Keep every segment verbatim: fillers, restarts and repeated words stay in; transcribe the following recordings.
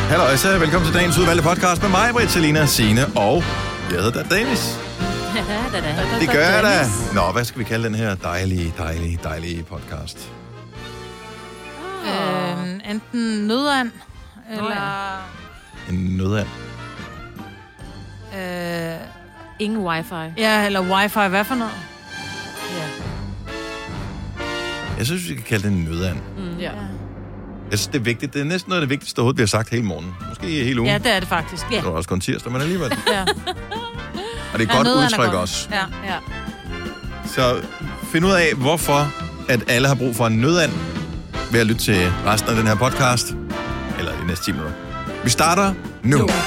Hallo, så velkommen til dagens udvalgte podcast med mig, Britt, Selina, Signe og jeg hedder Dennis. Det gør jeg da. Nå, hvad skal vi kalde den her dejlige, dejlige, dejlige podcast? Øh, enten nødand, eller... En nødand. Øh, Ingen wifi. ja, eller wifi. Hvad for noget? Ja. Jeg synes, vi kan kalde det en nødand. Mm. Ja. Jeg synes, det er vigtigt. Det er næsten noget af det vigtigste, overhovedet, vi har sagt hele morgenen. Måske hele ugen. Ja, det er det faktisk. Det var også kun tirsdag, men alligevel. Ja. Og det er et Ja, godt nødderne er udtryk godt. også. Ja. Ja. Så find ud af, hvorfor at alle har brug for en nødand ved at lytte til resten af den her podcast. Eller de næste ti minutter. Vi starter nu. nu.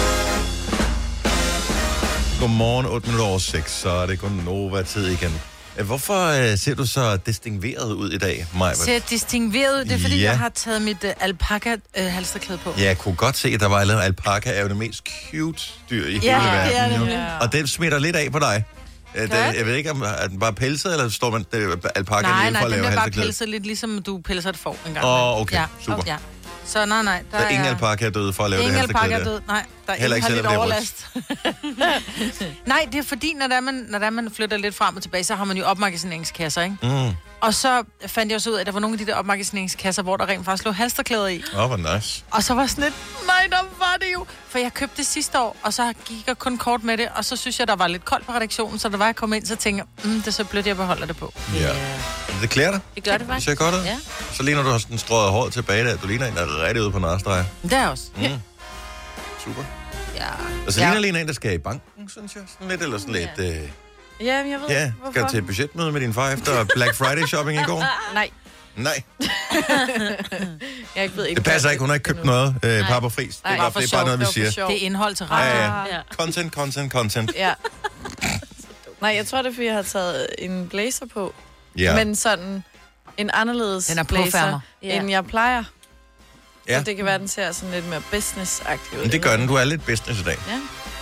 Godmorgen, otte minutter over seks, så er det kun Nova-tid igen. Hvorfor øh, ser du så distingveret ud i dag, Maja? Ser distingveret ud. Det er, fordi Ja. jeg har taget mit uh, alpaka-halsterklæde på. Ja, jeg kunne godt se, at der var et eller andet. Alpaka er jo det mest cute dyr i Ja, hele det verden. er det jo. nemlig. Og den smitter lidt af på dig. Øh, det, det? jeg ved ikke, om er den bare pelset, eller står man det, alpaka Nej, lige nej, for at den lave bliver bare halserklæde? pelset lidt, ligesom du pelser et får en gang. Åh, okay. Ja. Super. Ja. Så nej, nej. Der Der er ingen er... alpaka døde for at lave Ingen det alpaka halserklæde er der. død. Nej, der er Heller ingen ikke har selvom lidt det er overlast. Nej, det er fordi, når der, man, når der man flytter lidt frem og tilbage, så har man jo opmagasineringskasser, ikke? Mm. Og så fandt jeg også ud af, at der var nogle af de der opmagasineringskasser, hvor der rent faktisk lå halsterklæder i. Åh, oh, hvor nice. Og så var sådan lidt, nej, der var det jo. For jeg købte det sidste år, og så gik jeg kun kort med det, og så synes jeg, der var lidt koldt på redaktionen, så der var jeg kom ind, så tænker jeg, mm, det er så blødt, jeg beholder det på. Ja. Det klæder dig. Det gør det Det faktisk. ser godt ud. Ja. Så lige når du har sådan strøget håret tilbage der, du ligner en, der er rigtig ude på narstreger. Det er også. Mm. Super. Ja. Og så ligner lige en, der skal i banken, synes jeg. Sådan lidt, eller sådan lidt... Øh, Ja, men jeg ved ja, hvorfor. skal du til et budgetmøde med din far efter Black Friday shopping i går? Nej, Nej, jeg ved ikke. det passer ikke. Hun har ikke købt noget øh, pap og fris. Det er Nej, bare, for det er bare sjov. noget, vi Det var for siger. sjov. Det er indhold til Ja, radio. ja. Ja. Content, content, content. Ja. Nej, jeg tror, det er, fordi jeg har taget en blazer på. Ja. Men sådan en anderledes Den er blazer, påfærmer. Ja. end jeg plejer. Ja. Så det kan være, den ser sådan lidt mere business-agtig ud. Men det gør den. Du er lidt business i dag. Ja.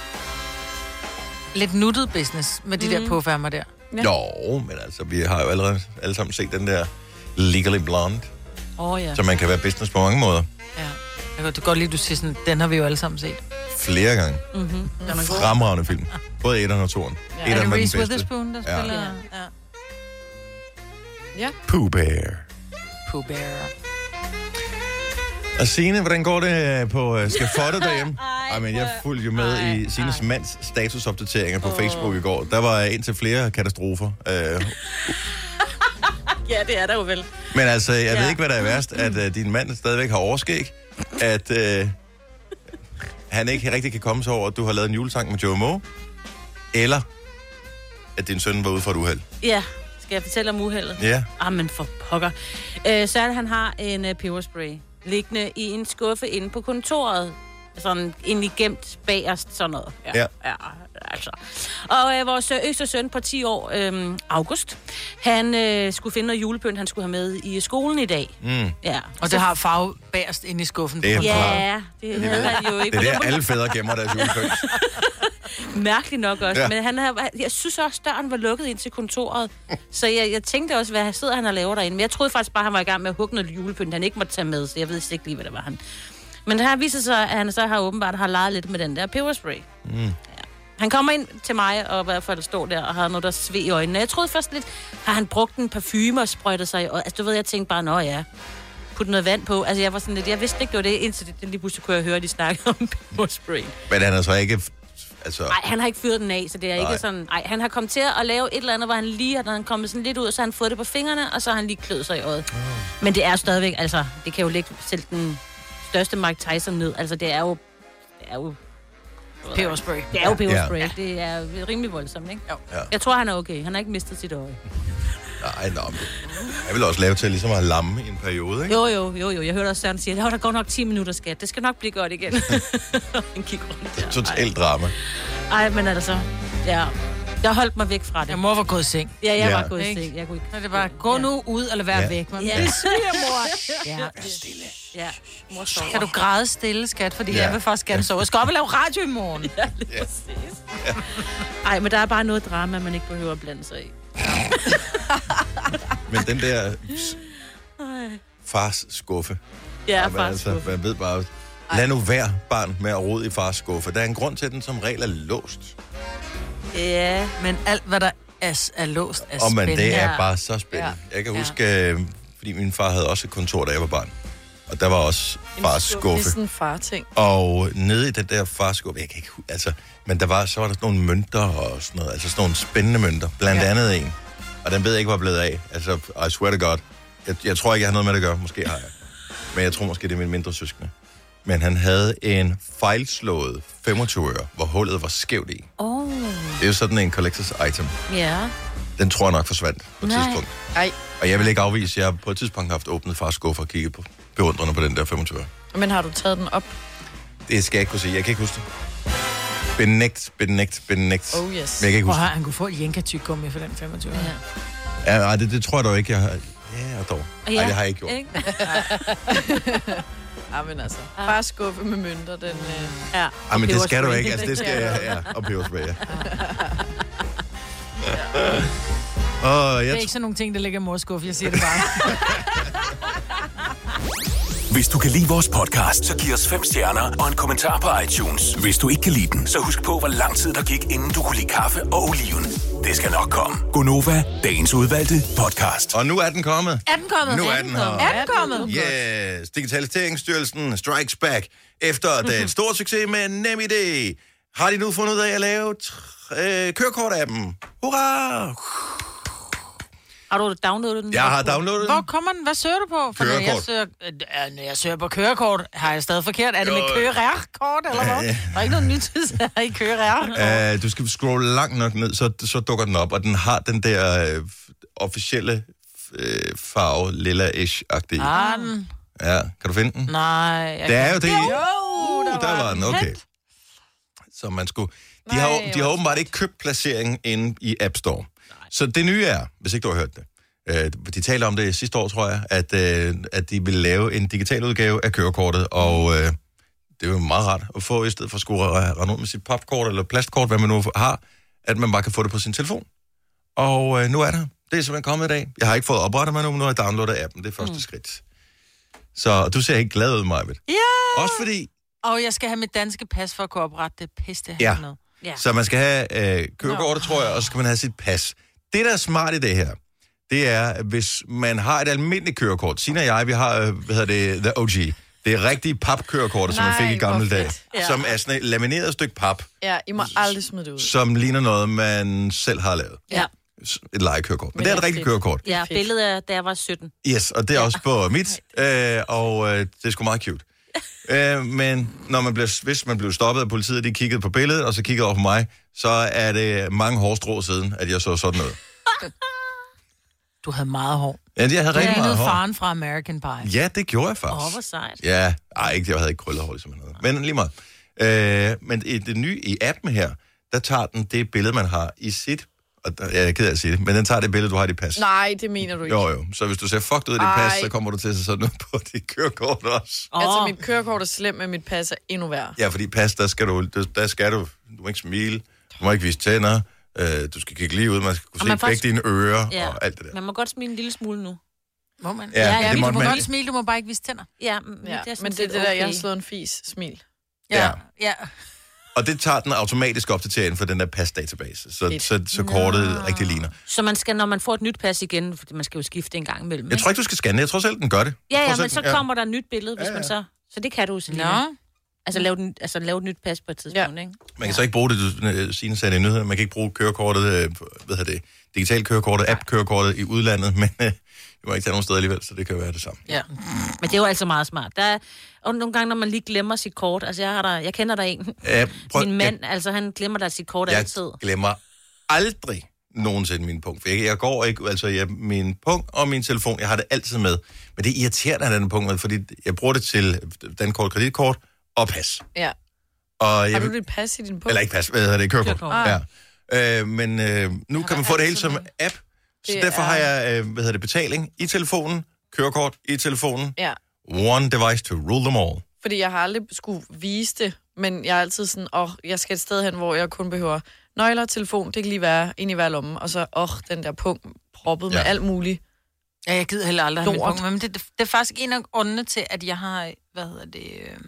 Lidt nuttet business med de mm. der påfærmer der. Ja. Jo, men altså, vi har jo allerede alle sammen set den der Legally Blonde, Åh oh, ja. så man kan være business på mange måder. ja. Jeg kan godt lide, at du siger sådan, den har vi jo alle sammen set. Flere gange. Mm-hmm. Den er god. Fremragende film. Både etteren og toeren. Er Etteren det var den Reese bedste. Witherspoon, der Ja. spiller? Ja. Ja. Ja. Pooh Bear. Pooh Bear. Og Signe, hvordan går det på uh, skafottet derhjemme? Ej, men jeg fulgte jo med ej, i Signes ej. mands statusopdateringer på oh. Facebook i går. Der var indtil flere katastrofer. Uh, Ja, det er der jo vel. men altså, jeg Ja. ved ikke, hvad der er værst, at uh, din mand stadigvæk har overskæg. At uh, han ikke rigtig kan komme sig over, at du har lavet en julesang med Joe Moe. Eller at din søn var ude for et uheld. Ja, skal jeg fortælle om uheldet? Ja. Ah, men for pokker. Øh, så han har en uh, peberspray liggende i en skuffe inde på kontoret. Sådan egentlig gemt bagerst, sådan noget. Ja. ja altså. Og øh, vores øh, yngste søn på ti år, øh, August, han øh, skulle finde noget julepynt, han skulle have med i skolen i dag. Mm. Ja. Og det har farve bagerst inde i skuffen. Det er Ja, det havde han jo ikke. Det er der, alle fædre gemmer deres julepynt. Mærkeligt nok også. Ja. Ja. Men han havde, jeg synes også, døren var lukket ind til kontoret. Så jeg, jeg tænkte også, hvad sidder han og laver derinde. Men jeg troede faktisk bare, han var i gang med at hugge noget julepynt, han ikke måtte tage med. Så jeg ved ikke lige, hvad det var han. Men det her viser sig, at han så har åbenbart har leget lidt med den der peberspray. Mm. Ja. Han kommer ind til mig og i hvert fald står der og har noget, der sved i øjnene. Jeg troede først lidt, har han brugt en parfume og sprøjtet sig i øjnene. Altså du ved, jeg tænkte bare, nå ja, putte noget vand på. Altså jeg var sådan lidt, jeg vidste ikke, det var det, indtil det, lige pludselig kunne jeg høre, at de snakkede om peberspray. Men han er så ikke... Altså... Nej, han har ikke fyret den af, så det er Nej. ikke sådan... Nej, han har kommet til at lave et eller andet, hvor han lige har han kommet sådan lidt ud, og så har han fået det på fingrene, og så har han lige kløet sig i øjet. Oh. Men det er stadigvæk, altså, det kan jo ligge selv den største Mike Tyson ned. Altså, det er jo... Det er jo... Peberspray. Det er jo peberspray. Ja. Det er rimelig voldsomt, ikke? Jo. Ja. Jeg tror, han er okay. Han har ikke mistet sit øje. Nej, nå, men jeg vil også lave til ligesom at lamme i en periode, ikke? Jo, jo, jo, jo. Jeg hørte også Søren sige, at der går nok ti minutter, skat. Det skal nok blive godt igen. Han kigger rundt der. Totalt drama. Ej, men altså... Ja. Jeg holdt mig væk fra det. Jeg må være gået i seng. Ja, jeg Ja. var gået i Ikke? seng. Jeg kunne ikke... Så det var, gå nu ud, eller vær Ja. væk. Man. Ja. Det er svigermor. Ja. Stille. Ja, mor sover. Kan du græde stille, skat? Fordi Ja. jeg vil faktisk gerne sove. Jeg skal op og lave radio i morgen. Ja, lige præcis. Ej, men der er bare noget drama, man ikke behøver at blande sig i. Men den der s- fars skuffe. Ja, Jamen, faktisk. altså, man ved bare, Lad nu være barn med at rode i fars skuffe. Der er en grund til, at den som regel er låst. Ja. Men alt, hvad der er, er låst, er Og men spændende. det er Ja. bare så spændende. Ja. Jeg kan Ja. huske, øh, fordi min far havde også et kontor, da jeg var barn. Og der var også fars Det er skuffe. sådan en far-ting. Og nede i den der fars skuffe, jeg kan ikke hu- altså, men der var, så var der sådan nogle mønter og sådan noget, altså sådan nogle spændende mønter. Blandt Ja. andet en. Og den ved jeg ikke, hvor blevet af. Altså, I swear to God. Jeg, jeg tror ikke, jeg har noget med det at gøre. Måske har jeg. Men jeg tror måske, det er min mindre søskende. Men han havde en fejlslået femogtyve øre, hvor hullet var skævt i. Åh. Oh. Det er jo sådan en collector's item. Ja. Den tror jeg nok forsvandt på et Nej. tidspunkt. Ej, Og jeg vil ikke afvise, at jeg på et tidspunkt har haft åbnet fars skuffe og kigget på beundrende på den der femogtyve øre. men har du taget den op? Det skal jeg ikke kunne sige. Jeg kan ikke huske det. Benægt, benægt, benægt. Oh yes. Men jeg kan ikke Prøv huske at det. høre, han kunne få et jenka-tyggummi for den femogtyve. Ja. Ja, nej, det, det tror jeg dog ikke, jeg har. Ja, dog. Nej, Ja. det har jeg ikke gjort. Ikke? Ja, men altså. Fars skuffe med mønter, den... Øh... Ja. Ej, men det skal du peberspray. ikke. Altså, det skal jeg. Ja, og peberspray, ja. Og Det er jeg ikke sådan nogle ting, der ligger i mors skuffe, jeg siger det bare. Hvis du kan lide vores podcast, så giv os fem stjerner og en kommentar på iTunes. Hvis du ikke kan lide den, så husk på, hvor lang tid der gik, inden du kunne lide kaffe og oliven. Det skal nok komme. Gonova, dagens udvalgte podcast. Og nu er den kommet. Er den kommet? Nu er den her. Er den kommet? Yes, Digitaliseringsstyrelsen strikes back. Efter den store succes med NemID, har de nu fundet ud af at lave tr- øh, kørekort-appen. Hurra! Har du downloadet den? Jeg har downloadet Hvor den. kommer den? Hvad søger du på? For når jeg Kørekort. søger, øh, når jeg søger på kørekort, har jeg stadig forkert. Er det med Jo. kørerkort, eller hvad? Der er ikke noget nyt i kører. Uh, du skal scrolle langt nok ned, så, så dukker den op, og den har den der øh, officielle øh, farve, lilla-ish-agtige. Ah, den. Ja, kan du finde den? Nej. Jeg Det er kan- jo det. Jo, Uh, der var den, okay. Så man skulle... De har, Nej, de har åbenbart ikke købt placeringen inde i App Store. Så det nye er, hvis ikke du har hørt det, øh, de taler om det sidste år, tror jeg, at, øh, at de vil lave en digital udgave af kørekortet, og øh, det er jo meget rart at få, i stedet for at skulle rende ud med sit papkort eller plastkort, hvad man nu har, at man bare kan få det på sin telefon. Og øh, nu er det. Det er simpelthen kommet i dag. Jeg har ikke fået oprettet mig nu, men nu har jeg downloadet appen. Det er første mm. skridt. Så du ser ikke glad ud, Majbet. Ja! Også fordi, Og jeg skal have mit danske pas for at kunne oprette det pisse Ja. noget. Ja. så man skal have øh, kørekortet, tror jeg, og så skal man have sit pas. Det, der er smart i det her, det er, at hvis man har et almindeligt kørekort, Signe og jeg, vi har, øh, hvad hedder det, the O G, det er rigtige papkørekortet, som man fik i Nej, gamle hvor dage, fedt. Ja. som er sådan et lamineret stykke pap, Ja, I må aldrig smide det ud. som ligner noget, man selv har lavet. Ja. Et legekørekort. Men, Men det er et det er rigtigt fedt. kørekort. Ja, Fedt. billedet er, da jeg var sytten. Yes, og det er også på mit, øh, og øh, det er sgu meget cute. øh, men når man bliver, hvis man blev stoppet af politiet, de kiggede på billedet, og så kiggede over på mig, så er det mange hårstrå siden, at jeg så sådan noget. Du havde meget hår. Ja, jeg havde Du rigtig meget lignede hår. faren fra American Pie. Ja, det gjorde jeg faktisk. Åh, oh, hvor sejt. Ja, ej, ikke, jeg havde ikke krøllet hår, ligesom han havde. Men lige meget. Øh, men i det nye i appen her, der tager den det billede, man har i sit, og der, jeg er ked af at sige det, men den tager det billede, du har i dit pas. Nej, det mener du ikke. Jo, jo. Så hvis du ser fucked ud i dit Ej. pas, så kommer du til at se sådan ud på dit kørekort også. Oh. Altså, mit kørekort er slemt, men mit pas er endnu værre. Ja, fordi pas, der skal du, der skal du, du må ikke smile, du må ikke vise tænder, øh, du skal kigge lige ud, man skal kunne Og se man begge faktisk- dine ører Ja. og alt det der. Man må godt smile en lille smule nu. Må man? Ja, ja det du måtte må man godt ikke. smile, du må bare ikke vise tænder. Ja, Ja, men det er, men det er det der, jeg har slået en fis. Smil. Ja. Ja. ja. Og det tager den automatisk opdatering for den der pas-database, så, Fedt. så, så kortet rigtig ligner. Så man skal, når man får et nyt pas igen, fordi man skal jo skifte en gang imellem. Jeg tror ikke, du skal scanne det. Jeg tror selv, den gør det. Ja, Jeg tror ja, selv, men så den- kommer der et nyt billede, hvis Ja, ja. man så... Så det kan du, Selina. Nå. Altså lave, den, altså lave et nyt pas på et tidspunkt, ikke? Man kan så ikke bruge det, du øh, Signe sagde det i nyhederne, man kan ikke bruge kørekortet, øh, hvad hedder det, digitalt kørekortet, app-kørekortet i udlandet, men øh, vi må ikke tage nogen steder alligevel, så det kan jo være det samme. Ja. Men det er jo altså meget smart. Der er, og nogle gange, når man lige glemmer sit kort, altså jeg, har der, jeg kender der en, Ja, prøv, min mand, altså han glemmer der sit kort jeg, altid. jeg glemmer aldrig nogensinde min punkt. For jeg, jeg går ikke, altså jeg, min punkt og min telefon, jeg har det altid med. Men det er irriterende at have den punkt med, fordi jeg bruger det til dankort, kreditkort og pas. Ja. Og jeg, Har du dit pas i din punkt? Eller ikke pas, hvad hedder det, kørekort. Kørekort. Ja. Øh, men øh, nu kan man få det hele som app, så Det derfor er- har jeg, øh, hvad hedder det, betaling i telefonen, kørekort i telefonen, Ja. one device to rule them all. Fordi jeg har aldrig skulle vise det, men jeg er altid sådan, åh, oh, jeg skal et sted hen, hvor jeg kun behøver nøgler og telefon, det kan lige være ind i hver lomme, og så, åh, oh, den der punkt proppet ja. Ja. med alt muligt. Ja, jeg gider heller aldrig have mit Lort. punkt med, men det, det, det er faktisk en af grundene til, at jeg har, hvad hedder det, øh,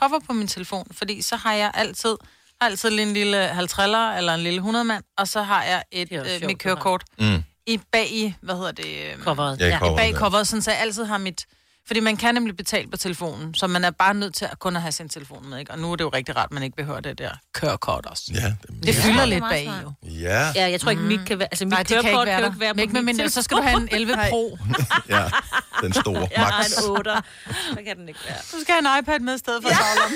cover på min telefon, fordi så har jeg altid, har altid en lille halvtreller eller en lille hundrede-mand, og så har jeg et øh, sjovt, mit kørekort Mm. i bag i, hvad hedder det? Øh, Coveret. Ja, Ja. coveret, bag ja. coveret, sådan så jeg altid har mit... Fordi man kan nemlig betale på telefonen, så man er bare nødt til at kun at have sin telefon med, ikke? Og nu er det jo rigtig rart, at man ikke behøver det der kørekort også. Ja, det, Det fylder Ja, lidt det er bag i meget jo. ja, Ja, jeg tror ikke, mit kan være... Altså, mit Nej, det kan kørekort ikke være kan jo der. ikke være Men på ikke med min mindre, så skal du have en elleve Pro. ja, den store Jeg har max. en otter. Så kan den ikke være. Du skal have en iPad med i stedet for ja. Savleren.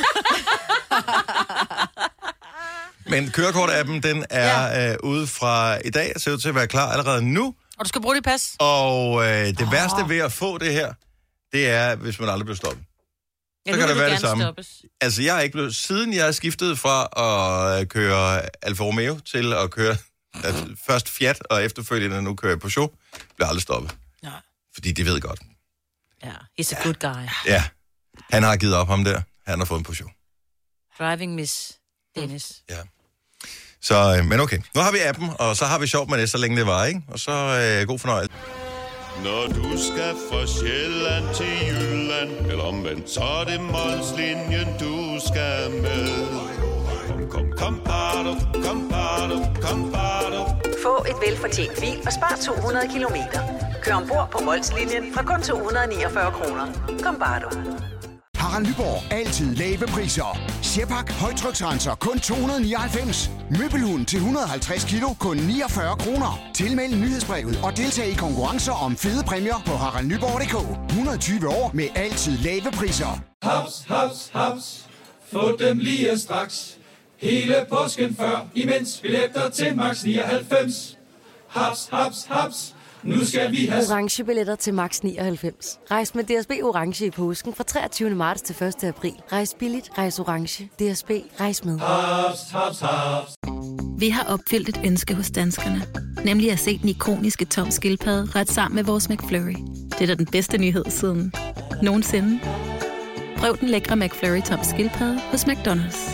Men kørekort-appen, den er ja. øh, ude fra i dag, ser ud til at være klar allerede nu. Og du skal bruge dit pas. Og øh, det oh. værste ved at få det her, det er, hvis man aldrig bliver stoppet. Ja, Så nu kan vil det du være det gerne samme. stoppes. Altså, jeg er ikke blevet... Siden jeg er skiftet fra at køre Alfa Romeo til at køre altså, først Fiat, og efterfølgende nu kører jeg Peugeot, bliver jeg aldrig stoppet. Ja. Fordi de ved godt. Ja, he's a good guy. Ja, han har givet op ham der. Han har fået en Peugeot. Driving Miss Dennis. Ja. Så, øh, men okay. Nu har vi appen, og så har vi sjovt med det, så længe det var, ikke? Og så øh, god fornøjelse. Når du skal fra Sjælland til Jylland, eller omvendt, så er det Molslinjen, du skal med. Kom, kom, kom, bado, kom, bado, kom, bado. Få et velfortjent bil og spar to hundrede kilometer. Kør ombord på Molslinjen fra kun to hundrede niogfyrre kroner. Kom, bare du. Harald Nyborg. Altid lave priser. Sjehpak højtryksrenser kun to hundrede nioghalvfems. Møbelhund til et hundrede og halvtreds kilo kun niogfyrre kroner. Tilmeld nyhedsbrevet og deltag i konkurrencer om fede præmier på harald nyborg punktum d k. hundrede og tyve år med altid lave priser. Haps, haps, haps. Få dem lige straks. Hele påsken før, imens billetter til max nioghalvfems. Haps, haps, haps. Nu skal vi have... Orange billetter til max nioghalvfems. Rejs med D S B Orange i påsken fra treogtyvende marts til første april. Rejs billigt, rejs orange. D S B, rejs med. Haps, haps, haps. Vi har opfyldt et ønske hos danskerne. Nemlig at se den ikoniske Tom Skildpadde ret sammen med vores McFlurry. Det er da den bedste nyhed siden nogensinde. Prøv den lækre McFlurry Tom Skildpadde hos McDonald's.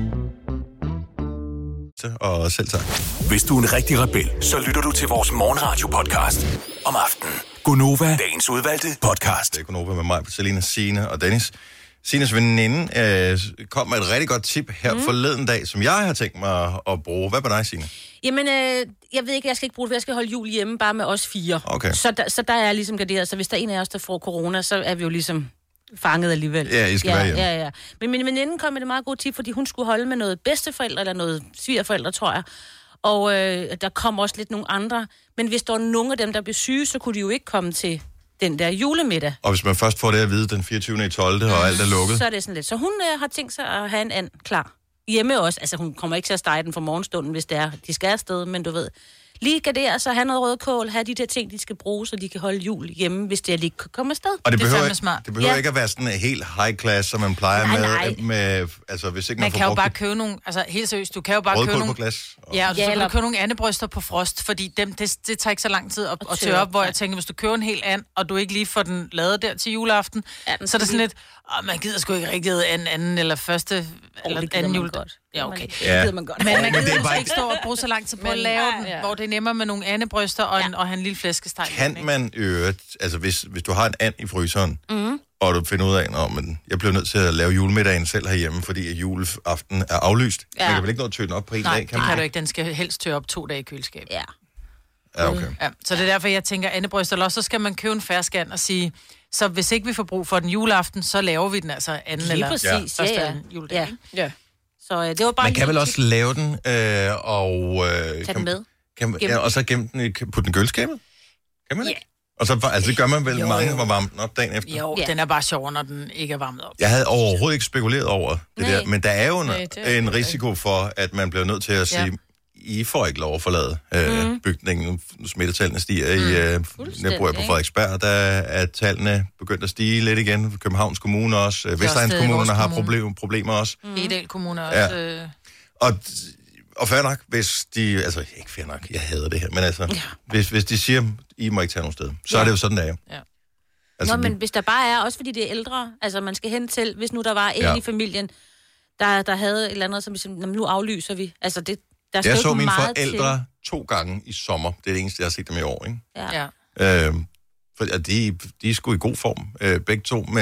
Og selv tak. Hvis du er en rigtig rebel, så lytter du til vores morgenradio-podcast om aftenen. Gonova, dagens udvalgte podcast. Det er Gonova med mig, Selina, Signe og Dennis. Sines veninde øh, kom med et rigtig godt tip her mm. forleden dag, som jeg har tænkt mig at bruge. Hvad med dig, Signe? Jamen, øh, jeg ved ikke, jeg skal ikke bruge det, for jeg skal holde jul hjemme bare med os fire. Okay. Så, der, så der er jeg ligesom garderet. Så hvis der er en af os, der får corona, så er vi jo ligesom fanget alligevel. Ja, I skal ja, være hjemme. Ja, ja. Men min veninde kom med et meget godt tip, fordi hun skulle holde med noget bedsteforældre, eller noget svigerforældre, tror jeg. Og øh, der kom også lidt nogle andre. Men hvis der var nogen af dem, der blev syge, så kunne de jo ikke komme til den der julemiddag. Og hvis man først får det at vide den fireogtyvende tolvte og alt er lukket. Så er det sådan lidt. Så hun øh, har tænkt sig at have en and klar. Hjemme også. Altså, hun kommer ikke til at stege den for morgenstunden, hvis det er, de skal afsted, men du ved. Lige gardere sig, have noget rødkål, have de der ting, de skal bruge, så de kan holde jul hjemme, hvis det er, de kan komme afsted. Og det, Det er behøver, fandme smart. det behøver Ja. ikke at være sådan helt high class, som man plejer Nej, med, nej. med. Altså, hvis ikke man, Man får kan jo brugt bare det. købe nogle, altså helt seriøst, du kan jo bare købe Rødkål på nogle... glas. Og... Ja, og så Ja, kan eller- du købe nogle andebryster på frost, fordi dem, det, det tager ikke så lang tid at, At at tørre tørre op, op, hvor nej. jeg tænker, hvis du køber en hel and, og du ikke lige får den lavet der til juleaften, Ja, den så er det skal sådan lidt, åh, man gider sgu ikke rigtig anden, anden eller første, Oh, eller det gider anden man jul. godt. Ja, okay. Det Ja. gider man godt. Men man men det er gider bare måske ikke- ikke stå og bruge så lang tid på at Men- lave den, ja. hvor det er nemmere med nogle andebryster og, en, Ja. og have en lille flæskesteg. Kan man øvrigt, altså hvis, hvis du har en and i fryseren, mm. og du finder ud af, at men jeg bliver nødt til at lave julemiddagen selv herhjemme, fordi at juleaften er aflyst. Ja. Ja. Man kan vel ikke nå at tø den op på en Nej, dag, det kan man? kan du ikke. Den skal helst tørre op to dage i køleskabet. Ja. Ja, okay. Ja, så det er derfor, jeg tænker andebryster. Eller også så skal man købe en ferskand og sige, så hvis ikke vi får brug for den juleaften, så laver vi den altså anden Lige eller præcis. første Ja, ja. anden juledag. Ja. ikke? Ja. Så øh, det var bare Man kan lige vel et også tip. lave den, øh, og... Øh, Tag den med. Kan, man- Gem ja, den. og så gemme den i, putte den i køleskabet? Kan man Ja. ikke? Og så, altså det gør man vel Jo, mange, jo. hvor varmt den op dagen efter. Jo, Ja. den er bare sjovere, når den ikke er varmet op. Jeg havde overhovedet ikke spekuleret over det Nej. der, men der er jo en, Nej, det er en ikke. risiko for, at man bliver nødt til at sige, Ja. I får ikke lov at forlade øh, mm. bygningen. Smittetallene stiger mm. i, øh, Fuldstændig, jeg bor på ikke? Frederiksberg, der er tallene begyndt at stige lidt igen. Københavns Kommune også. Øh, Vestegns stadig Kommune vores har kommune. problem, problemer også. Mm. Edel Kommune er Ja. også... Øh, Og, og fair nok, hvis de... Altså, ikke fair nok, jeg hader det her, men altså, ja. hvis, hvis de siger, I må ikke tage nogen sted, så ja. er det jo sådan, det er. Ja. Altså, Nå, men vi- hvis der bare er, også fordi det er ældre, altså man skal hen til, hvis nu der var en Ja. i familien, der, der havde et eller andet, som vi siger, "Nå, men nu aflyser vi. Altså det, der skal jeg jo så ikke mine meget forældre til. to gange i sommer. Det er det eneste, jeg har set dem i år, ikke? Ja. ja. Øhm, for at de, de er sgu i god form, øh, begge to, men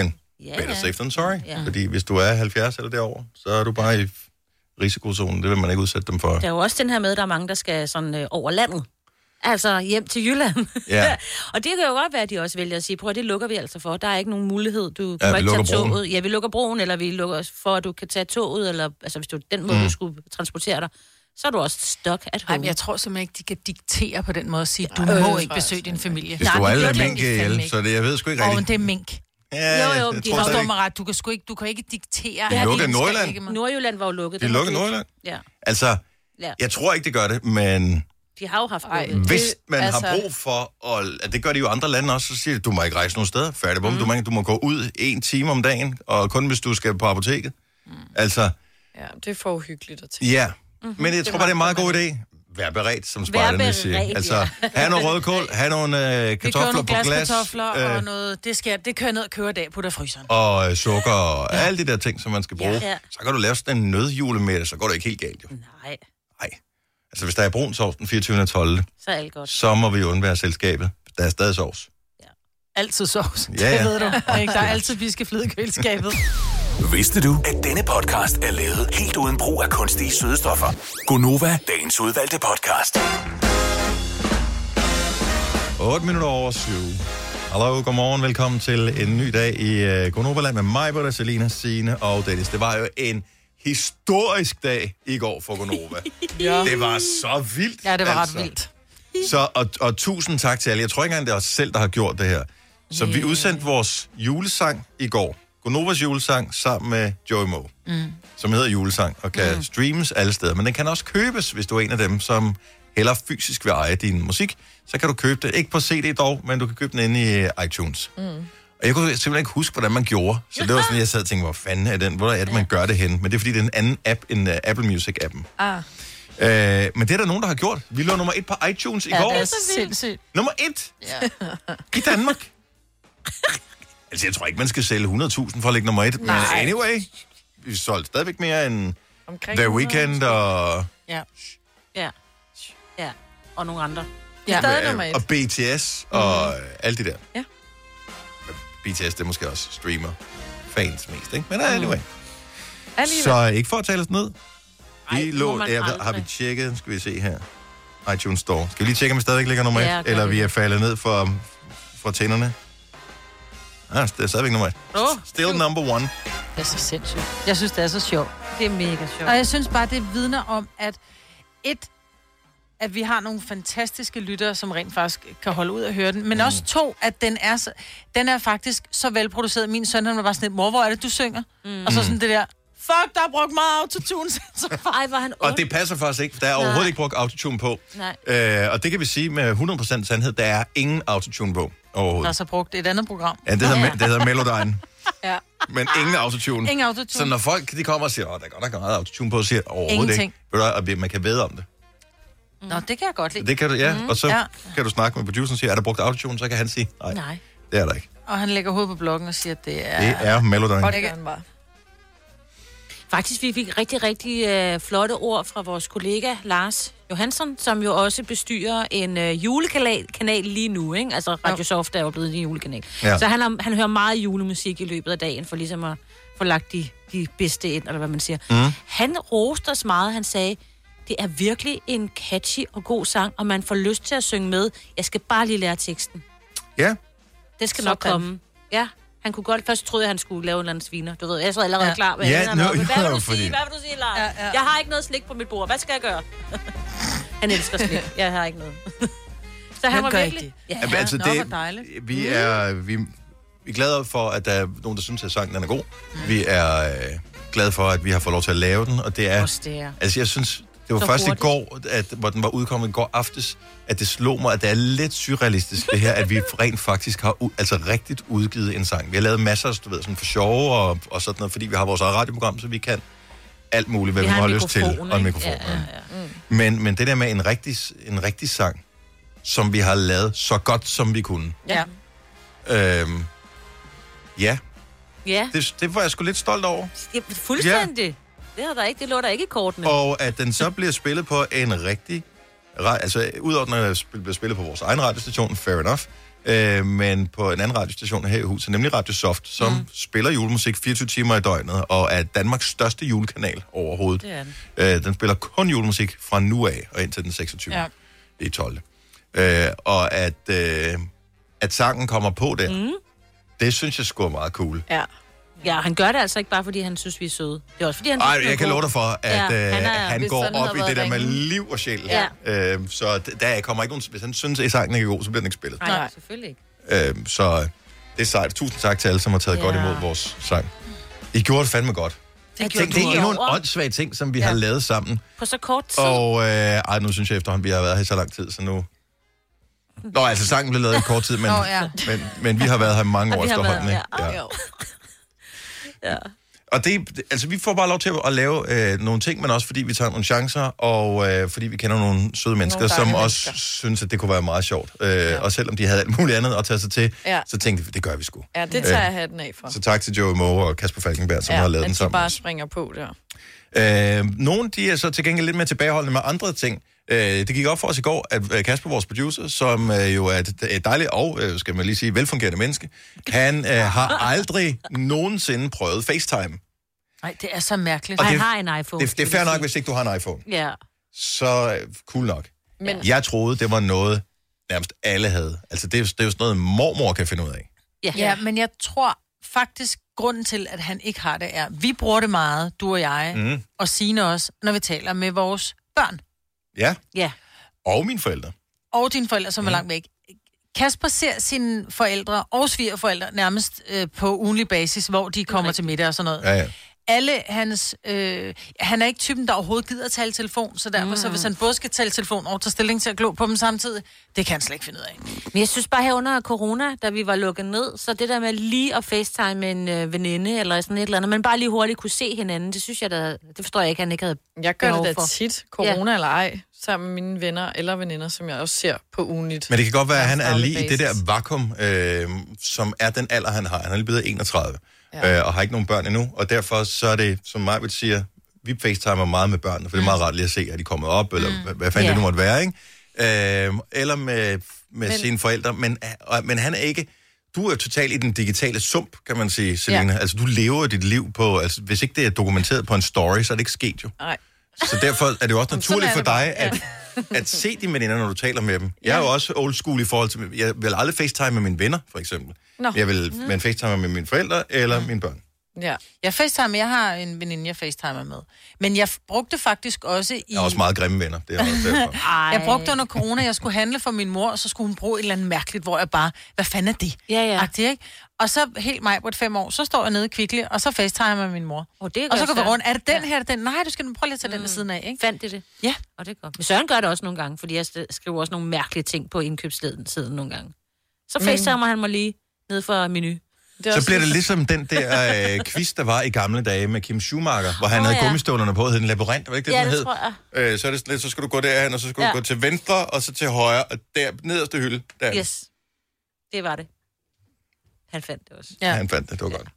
Ja, better ja. safe than sorry. Ja. Fordi hvis du er halvfjerds eller derover, så er du bare i risikozonen. Det vil man ikke udsætte dem for. Der er jo også den her med, at der er mange, der skal sådan øh, over landet. Altså hjem til Jylland. Ja. Og det kan jo godt være, at de også vælger at sige, prøv at det lukker vi altså for. Der er ikke nogen mulighed. Du Ja, kan vi ikke tage lukker broen. toget. Ja, vi lukker broen, eller vi lukker for, at du kan tage toget, eller altså hvis du den måde, Mm. du skulle transportere dig, så er du også stuck at Ej, home. men jeg tror simpelthen ikke, de kan diktere på den måde og sige, du Øh, må ikke besøge din familie. Hvis du alle er det gør de mink fandme ihjel, ikke. så det, jeg ved sgu ikke Åh, rigtigt. men det er mink. Ja, Jo, jo, jeg de tror har stadig Forstår ikke. mig ret, du kan, sgu ikke, du kan ikke diktere. De at lukker en skal Nordjylland. ikke med. Nordjylland var jo lukket. De Den var lukker dybt. Nordjylland? Ja. Altså, ja. jeg tror ikke, det gør det, men De har jo haft Ej, lukket. hvis Det- man altså- har brug for, og det gør de jo i andre lande også, så siger de, du må ikke rejse nogen steder. Færdig, bum. Du, må, ikke- du må gå ud en time om dagen, og kun hvis du skal på apoteket. Altså, Ja, det er for uhyggeligt at tænke. ja. Men jeg tror bare, det er en meget god idé. Vær beredt, som spejderne siger. beredt, Altså, ja. have nogle rødkål, have nogle øh, Vi kører kartofler nogle på glas, glaskartofler øh, og noget, det, skal, det kører jeg ned og kører i dag på der fryseren. og øh, sukker og ja. alle de der ting, som man skal bruge. Ja. Ja. Så kan du lave sådan en nødjulemiddag, så går det ikke helt galt, jo. Nej, Nej. Altså, hvis der er brun sovs den fireogtyvende tolvte så er alt godt. så må vi undvære selskabet. Der er stadig sovs. Altid sovs. Ja, ja. Det ved du. Ikke? Der er altid biskeflid i køleskabet. Vidste du, at denne podcast er lavet helt uden brug af kunstige sødestoffer? Gonova, dagens udvalgte podcast. otte minutter over syv. Hallo, godmorgen. Velkommen til en ny dag i uh, Gonova-land med mig, Britta, Selina, Signe og Dennis. Det var jo en historisk dag i går for Gonova. Ja. Det var så vildt. Ja, det var altså. ret vildt. Så, og, og tusind tak til alle. Jeg tror ikke engang, det er os selv, der har gjort det her. Så yeah. vi udsendte vores julesang i går. Gonovas julesang sammen med Joey Moe, mm. som hedder julesang og kan mm. streames alle steder. Men den kan også købes, hvis du er en af dem, som hellere fysisk vil eje din musik. Så kan du købe det. Ikke på C D dog, men du kan købe den inde i iTunes. Mm. Og jeg kunne simpelthen ikke huske, hvordan man gjorde. Så det var sådan, jeg sad og tænkte, hvor fanden er den? Hvor er det, man gør det hen? Men det er, fordi det er en anden app end uh, Apple Music-appen. Ah. Øh, men det er der nogen, der har gjort. Vi lå nummer et på iTunes i Ja, går. det er så sindssygt. Nummer et Ja. i Danmark. Altså, jeg tror ikke, man skal sælge hundrede tusind for at lægge nummer et. Men Nej. anyway, vi solgte stadigvæk mere end Omkring The hundrede Weeknd og, Ja. Ja. Ja. Og nogle andre. Ja. Stadig nummer et. og B T S og mm. alle de der. Ja. B T S, det er måske også streamer fans mest, ikke? Men anyway. Alligevel. Så ikke for at tale os ned. Ej, Vi det må lå, man jeg, har aldrig. vi tjekket, skal vi se her, iTunes Store. Skal vi lige tjekke, om vi stadigvæk ligger nummer et? Ja, gør Eller det. vi er faldet ned for, for tænderne? Ah, det er stadigvæk nummer et. Åh, Still number one. Det er så sindssygt. Jeg synes, det er så sjovt. det er mega sjovt. Og jeg synes bare, det vidner om, at et, at vi har nogle fantastiske lyttere, som rent faktisk kan holde ud og høre den. Men mm. også to, at den er, så, den er faktisk så velproduceret. Min søn, han var bare sådan lidt, mor, hvor er det, du synger? Mm. Og så sådan det der, fuck, der er brugt meget autotune. Ej, var han ung. Og det passer faktisk ikke, for der er overhovedet Nej. ikke brugt autotune på. Nej. Øh, og det kan vi sige med hundrede procent sandhed, der er ingen autotune på Der er overhovedet. så brugt et andet program. Ja, det hedder, ja. det hedder Melodyne. Ja. Men ingen autotune. Ingen autotune. Så når folk de kommer og siger, åh, der er godt nok meget autotune på, så siger jeg, overhovedet Ingenting. ikke. Ved du, hvad, og man kan vide om det. Nå, det kan jeg godt lide. Det kan du, ja. Mm, og så ja. kan du snakke med produceren og sige, er der brugt autotune, så kan han sige, nej, Nej. det er der ikke. Og han lægger hovedet på bloggen og siger, at det er... Det er Melodyne. Og det gør han bare. Faktisk, vi fik rigtig, rigtig øh, flotte ord fra vores kollega Lars Johansson, som jo også bestyrer en øh, julekanal kanal lige nu, ikke? Altså, Radio Soft er jo blevet en julekanal. Ja. Så han, har, han hører meget julemusik i løbet af dagen, for ligesom at få lagt de, de bedste ind, eller hvad man siger. Mm. Han roste os meget, han sagde, det er virkelig en catchy og god sang, og man får lyst til at synge med. Jeg skal bare lige lære teksten. Ja. Det skal nok Sådan. komme. Ja, han kunne godt... Først troede jeg, han skulle lave en eller anden sviner. Du ved, jeg sad allerede Ja. klar med Ja, hænderne nå, oppe. Hvad vil jo, du fordi- sige? Hvad vil du sige, Lars? Ja, ja. Jeg har ikke noget slik på mit bord. Hvad skal jeg gøre? Han elsker slik. Jeg har ikke noget. Så han Hvem var gør virkelig... ikke Ja, Jamen, altså, Nå, det, hvor dejligt. vi er, vi, vi er glade for, at der er nogen, der synes, at sangen den er god. Mm. Vi er øh, glade for, at vi har fået lov til at lave den, og det er... Også det er. Altså, jeg synes, det var Så først hurtigt. i går, at, hvor den var udkommet i går aftes, at det slog mig, at det er lidt surrealistisk, det her, at vi rent faktisk har u- altså rigtigt udgivet en sang. Vi har lavet masser, du ved, sådan for sjove og, og sådan noget, fordi vi har vores eget radioprogram, så vi kan alt muligt, hvad vi, vi har har en lyst til. mikrofon, Og en ikke? mikrofon. Ja, ja, ja. Mm. Men, men det der med en rigtig, en rigtig sang, som vi har lavet så godt, som vi kunne. Ja. Øhm, ja, Ja, det, det var jeg sgu lidt stolt over. ja fuldstændig. Det, har der ikke, det lå der ikke i kortene. Og at den så bliver spillet på en rigtig... ra- Altså, udover at den er spil- bliver spillet på vores egen radiostation, fair enough, øh, men på en anden radiostation her i huset, nemlig Radio Soft, som mm. spiller julemusik fireogtyve timer i døgnet, og er Danmarks største julekanal overhovedet. Det er den. Øh, den spiller kun julemusik fra nu af, og indtil den seksogtyvende Ja. Det er tolvte Øh, og at, øh, at sangen kommer på der, mm. det synes jeg sgu er meget cool. Ja. Ja, han gør det altså ikke bare, fordi han synes, vi er søde. Det er også, fordi han Ej, synes, jeg kan love dig for, at ja, øh, han, er, han går op i det der med ringen. liv og sjæl. Ja. Øh, så d- der kommer ikke nogen... Hvis han synes, at sangen ikke er god, så bliver den ikke spillet. Nej, nej, selvfølgelig ikke. Øh, så det er sejt. Tusind tak til alle, som har taget ja. godt imod vores sang. I gjorde det fandme godt. Det, Tænk, det er endnu en åndssvag ting, som vi ja. har lavet sammen. På så kort tid. Og øh, ej, nu synes jeg efterhånden, vi har været her i så lang tid, så nu... Nå, altså sangen blev lavet i kort tid, men, Nå, ja. men, men vi har været her mange Og år vi har efterhånden. været- ikke? ja. Ja. Og det, altså, vi får bare lov til at lave øh, nogle ting, men også fordi vi tager nogle chancer, og øh, fordi vi kender nogle søde mennesker, Nogle som dejlige også mennesker. synes, at det kunne være meget sjovt. Øh, ja. Og selvom de havde alt muligt andet at tage sig til, Ja. så tænkte vi, det gør vi sgu. Ja, det tager jeg hatten af for. Så tak til Joey Moe og Kasper Falkenberg, som ja, har lavet at den de sammen. bare springer på der. Øh, nogle, de er så til gengæld lidt mere tilbageholdende med andre ting. Øh, det gik op for os i går, at øh, Kasper, vores producer, som øh, jo er et, et dejligt og, øh, skal man lige sige, velfungerende menneske, han øh, har aldrig nogensinde prøvet FaceTime. Nej, det er så mærkeligt. Og Han det- har en iPhone. Det, det er fair nok, hvis ikke du har en iPhone. Ja. Så øh, cool nok. Men- Jeg troede, det var noget, nærmest alle havde. Altså, det er, jo- det er jo sådan noget, mormor kan finde ud af. Ja. ja, men jeg tror faktisk, grunden til, at han ikke har det, er, vi bruger det meget, du og jeg, Mm. og Signe også, når vi taler med vores børn. Ja. Ja. Og mine forældre. Og dine forældre, som mm. er langt væk. Kasper ser sine forældre og svigerforældre nærmest øh, på ugenlig basis, hvor de kommer til middag og sådan noget. Ja, ja. Alle hans... Øh, han er ikke typen, der overhovedet gider at tale telefon, så derfor, mm. så hvis han både skal tale telefon og tage stilling til at glo på dem samtidig, det kan han slet ikke finde ud af. Men jeg synes bare her under corona, da vi var lukket ned, så det der med lige at facetime med en øh, veninde eller sådan et eller andet, man bare lige hurtigt kunne se hinanden, det synes jeg da, det forstår jeg ikke, han ikke havde Jeg gør behov det da for. tit, corona ja. eller ej, sammen med mine venner eller veninder, som jeg også ser på ugenligt. Men det kan godt være, at han er Daglig lige i det der basis. vakuum, øh, som er den alder, han har. Han er lige blevet enogtredive, Ja. ja. øh, og har ikke nogen børn endnu. Og derfor så er det, som mig vil sige, vi facetimer meget med børnene, for det er meget rart lige at se, at de er kommet op, eller mm. hvad, hvad fanden Ja. det nu måtte være, ikke? Øh, eller med, med Men- sine forældre. Men, og, men han er ikke... Du er totalt i den digitale sump, kan man sige, Selina. Ja. Altså, du lever dit liv på... Altså, hvis ikke det er dokumenteret på en story, så er det ikke sket jo. Nej. Så derfor er det jo også Jamen, sådan naturligt er for det bare. dig, at, at se dine veninder, når du taler med dem. Jeg er jo også old school i forhold til... Jeg vil aldrig facetime med mine venner, for eksempel. Nå. Jeg vil med en facetime med mine forældre eller mine børn. Ja. Jeg facetimer, jeg har en veninde, jeg facetimer med. Men jeg brugte faktisk også i... Jeg har også meget grimme venner. Det er også derfor. Jeg brugte under corona, jeg skulle handle for min mor, og så skulle hun bruge et eller andet mærkeligt, hvor jeg bare, hvad fanden er det? Ja, ja. Agtigt, ikke? Og så helt mig på et fem år, så står jeg nede i Kvickly, og så facetimer med min mor. Oh, det er og så godt, går vi Søren. rundt, er det den Ja. her, er det den? Nej, du skal prøve lige at tage mm. den ved siden af, ikke? Fandt det det? Ja. Og det er godt. Men Søren gør det også nogle gange, fordi jeg st- skriver også nogle mærkelige ting på indkøbssiden siden nogle gange. Så Men- facetimer han mig lige ned for menu. Det Så bliver det ligesom den der øh, quiz, der var i gamle dage med Kim Schumacher, hvor han Åh, havde ja. gummistøvlerne på, hed en labyrint, var det ikke det, Ja, den det hed? tror jeg. Øh, så er det sådan lidt, så skal du gå derhen, og så skal ja. Ja. du gå til venstre, og så til højre, og der nederste hylde, der. Yes. Det var det. Han fandt det også. Ja. Han fandt det, det var godt.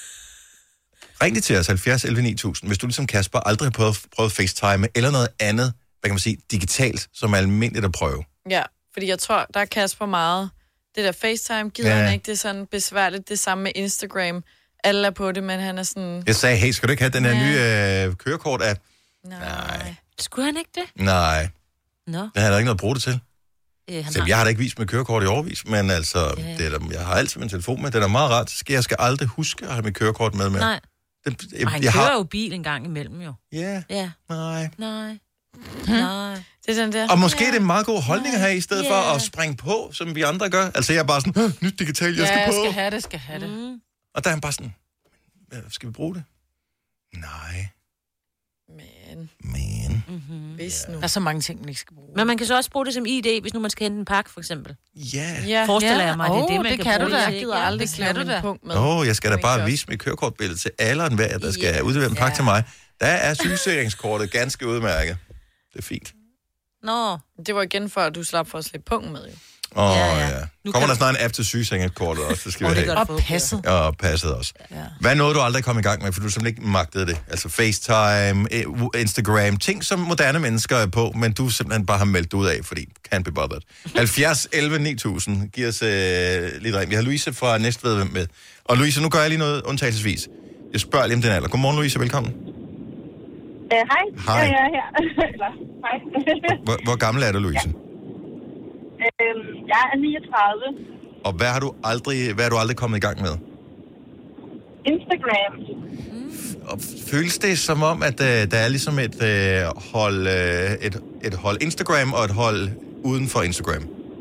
Ring lige til os, halvfjerds elleve ni tusind, hvis du ligesom Kasper aldrig har prøvet, prøvet FaceTime, eller noget andet, hvad kan man sige, digitalt, som er almindeligt at prøve. Ja, fordi jeg tror, der er Kasper meget. Det der FaceTime gider Ja. han ikke. Det er sådan besværligt. Det samme med Instagram. Alle er på det, men han er sådan... Jeg sagde, hey, skal du ikke have den her nye øh, kørekort-app? Nej. Skulle han ikke det? Nej, Nå. det har der ikke noget at bruge det til. Øh, han Så jeg har da ikke vist mit kørekort i overvis, men altså, Ja. det er der, jeg har altid min telefon med. Det er da meget rart. Jeg skal aldrig huske at have mit kørekort med mere. Nej. Det, Og jeg, han jeg kører har... jo bil en gang imellem, jo. Ja, Ja. nej. Nej. Nej. Det er den der... Og måske er det en meget god holdning at have, i stedet Ja. for at springe på, som vi andre gør. Altså, jeg er bare sådan, "Åh, nyt digitalt, jeg Ja, skal jeg på. skal have det, skal have det. Mm. Og der er han bare sådan, "Hvad, skal vi bruge det? Nej, Men, men... Mm-hmm. hvis nu. Der er så mange ting, man ikke skal bruge. Men man kan så også bruge det som I D, hvis nu man skal hente en pakke, for eksempel. Ja. Ja, Forestiller ja. jeg mig, det er Åh, det, man det kan, kan bruge du da. det jeg til. gider Ja, aldrig det skrive kan du min da. punkt med. Åh, oh, jeg skal da Må bare ikke vise mit kørekortbillede til alle og enhver, der skal Ja. udlevere en pakke Ja. til mig. Der er sygesikringskortet ganske udmærket. Det er fint. Nå. Det var igen for, at du slap for at slippe punkten med, jo. Åh, oh, ja. ja. Nu kommer der snart en app til sygesengekortet også, det skal oh, vi have. Og passet. Ja, og passet også. Ja. Hvad er noget, du aldrig kom i gang med, for du simpelthen ikke magtede det? Altså FaceTime, Instagram, ting som moderne mennesker er på, men du simpelthen bare har meldt ud af, fordi can't be bothered. halvfjerds elleve ni tusind, giver os øh, lidt ring. Vi har Louise fra Næstved med. Og Louise, nu gør jeg lige noget undtagelsesvis. Jeg spørger lige om den alder. Godmorgen, Louise, velkommen. Uh, hej. Hej. Ja, ja, ja. Eller, hej. hvor, hvor gammel er du, Louise? Ja. Uh, jeg er niogtredive. Og hvad har du aldrig, hvad er du aldrig kommet i gang med? Instagram. Og føles det som om, at uh, der er ligesom et uh, hold, uh, et, et hold Instagram og et hold uden for Instagram?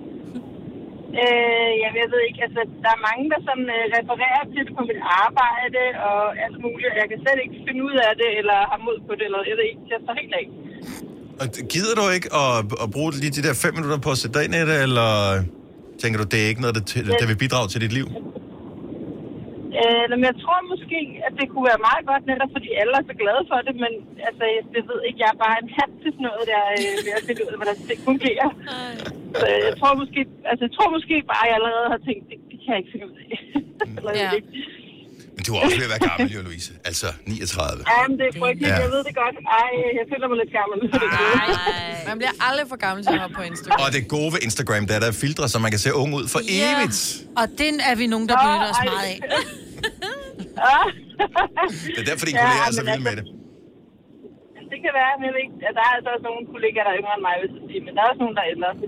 Uh, jeg ved ikke, altså der er mange, der sådan, uh, refererer til det på mit arbejde og alt muligt. Jeg kan slet ikke finde ud af det, eller har mod på det, eller jeg ved ikke, jeg står helt af. Og gider du ikke at, at bruge lige de der fem minutter på at sætte dig ind i det, eller tænker du, det er ikke noget, der, der vil bidrage til dit liv? Øh, men jeg tror måske, at det kunne være meget godt, netop fordi alle er så glade for det, men altså, det ved ikke, jeg er bare en hat til sådan noget, der øh, ved at finde ud af, hvordan det fungerer. Så jeg tror måske, altså, jeg tror måske bare, at jeg allerede har tænkt, det, det kan jeg ikke finde ud af. Ja. Men du er også ved at være gammel, jo, Louise. Altså niogtredive. Ja, men det er frygteligt. Ja. Jeg ved det godt. Ej, jeg føler mig lidt gammel. Man bliver aldrig for gammel til at hoppe på Instagram. Og det gode ved Instagram, der er der filtre, så man kan se ung ud for ja. evigt. Og den er vi nogen, der benytter os meget af. Det er derfor, dine kolleger ja, er så vilde altså, med det. Det kan være, men ikke. Der er altså også nogle kollegaer, der er yngre end mig, hvis jeg sige, men der er også nogen, der er ældre.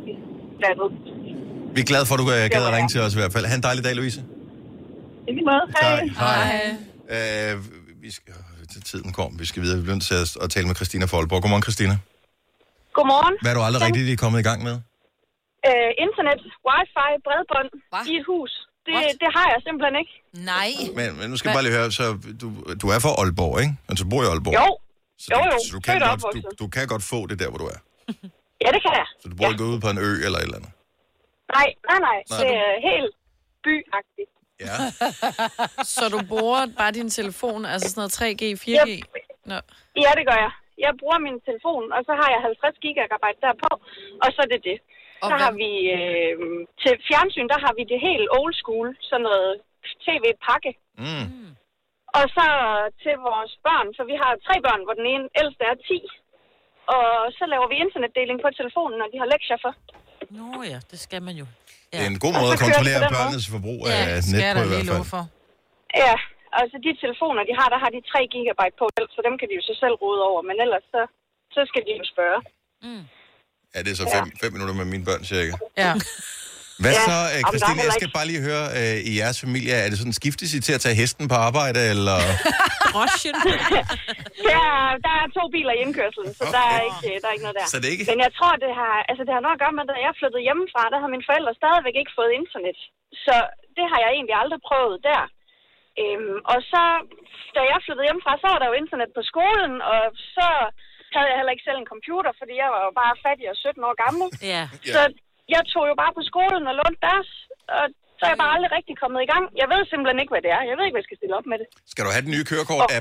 Vi er glade for, at du gad at ringe til os i hvert fald. Ha' en dejlig dag, Louise. I lige måde. Hej. Hej. Hej. Øh, vi skal, til tiden kom. Vi skal videre. Vi bliver til at tale med Christina Folborg. Godmorgen, Christina. Godmorgen. Hvad er du aldrig rigtig lige kommet i gang med? Øh, internet, wifi, bredbånd Hva? I et hus. Det, det har jeg simpelthen ikke. Nej. Men, men nu skal jeg bare lige høre, så du, du er fra Aalborg, ikke? Altså, du bor i Aalborg. Jo. Så jo, du, jo. Så du kan, godt, du, du kan godt få det der, hvor du er. Ja, det kan jeg. Så du bor ja. ikke ude på en ø eller et eller andet? Nej, nej, nej. nej. Det er helt byagtigt. Ja. Så du bruger bare din telefon, altså sådan noget tre G, fire G? Nå. Ja, det gør jeg. Jeg bruger min telefon, og så har jeg halvtreds gigabyte derpå, og så er det det. Så har vi øh, til fjernsyn, der har vi det helt old school, sådan noget tv-pakke. Mm. Og så til vores børn, så vi har tre børn, hvor den ene ældste er ti. Og så laver vi internetdeling på telefonen, når de har lektier for. Nå ja, det skal man jo. Ja. Det er en god måde at kontrollere børnenes forbrug af ja, net på i hvert fald. For. Ja, altså de telefoner, de har, der har de tre gigabyte på, så dem kan de jo så selv rode over, men ellers så, så skal de jo spørge. Mm. Ja, det er så fem, ja. fem minutter med mine børn, cirka. Ja. Hvad ja, så, uh, Christine, jeg skal bare lige høre, uh, i jeres familie, er det sådan, skiftes I til at tage hesten på arbejde, eller? Roschen. Ja, der er to biler i indkørselen, så okay. der, er ikke, der er ikke noget der. Så det er ikke? Men jeg tror, det har, altså, det har noget at gøre med, at da jeg flyttede hjemmefra, der har mine forældre stadigvæk ikke fået internet. Så det har jeg egentlig aldrig prøvet der. Øhm, og så, da jeg flyttede hjemmefra, så var der jo internet på skolen, og så havde jeg heller ikke selv en computer, fordi jeg var jo bare fattig og sytten år gammel. Ja. Så jeg tog jo bare på skolen og lånte deres, og så er jeg bare aldrig rigtig kommet i gang. Jeg ved simpelthen ikke, hvad det er. Jeg ved ikke, hvad jeg skal stille op med det. Skal du have den nye kørekort-app?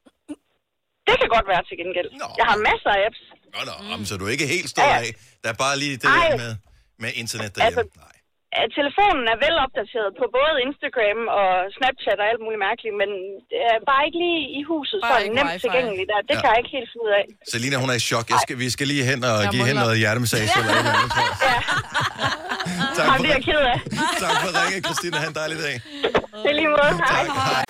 Det kan godt være til gengæld. Nå. Jeg har masser af apps. Nå, nå, mm. så du er ikke helt stået ja. af. Der er bare lige det der med, med internet derhjemme. Altså, nej. Telefonen er vel opdateret på både Instagram og Snapchat og alt muligt mærkeligt, men det er bare ikke lige i huset, så nemt tilgængeligt der. Det ja. kan jeg ikke helt finde ud af. Selina, hun er i chok. Jeg skal, vi skal lige hen og jeg give hende noget hjertemassage. Ja. Eller eller andet, tror jeg. Ja. Tak for, det er jeg ked af. Tak for ringe, Christina. Ha' en dejlig dag. Det er lige måde. Hej. Tak, hej.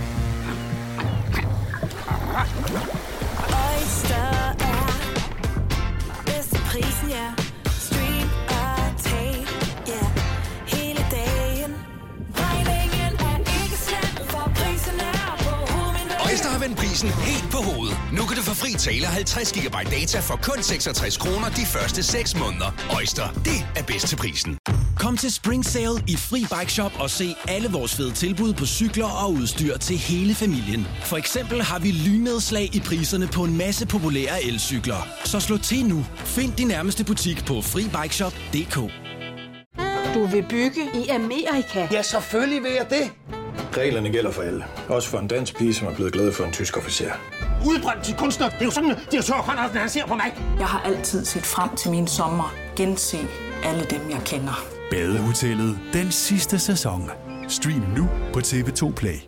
Oyster er bedst til prisen, ja. Stream og tag, ja. Hele dagen. Regningen er ikke slem, for prisen er på hovedet. Oyster har vendt prisen helt på hovedet. Nu kan du få fri tale halvtreds gigabyte data for kun seksogtres kroner de første seks måneder. Oyster, det er bedst til prisen. Kom til Spring Sale i Fri Bike Shop og se alle vores fede tilbud på cykler og udstyr til hele familien. For eksempel har vi lynnedslag i priserne på en masse populære elcykler. Så slå til nu. Find din nærmeste butik på fri bike shop punktum d k. Du vil bygge i Amerika? Ja, selvfølgelig vil jeg det. Reglerne gælder for alle. Også for en dansk pige, som er blevet glad for en tysk officer. Udbrændt til kunstner. Det er jo sådan, at de har tørt, han ser på mig. Jeg har altid set frem til min sommer. Gense alle dem, jeg kender. Badehotellet den sidste sæson. Stream nu på T V to Play.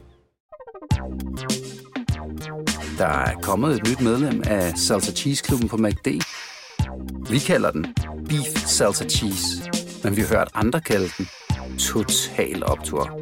Der er kommet et nyt medlem af Salsa Cheese Klubben på McD. Vi kalder den Beef Salsa Cheese, men vi har hørt andre kalde den Total Optur.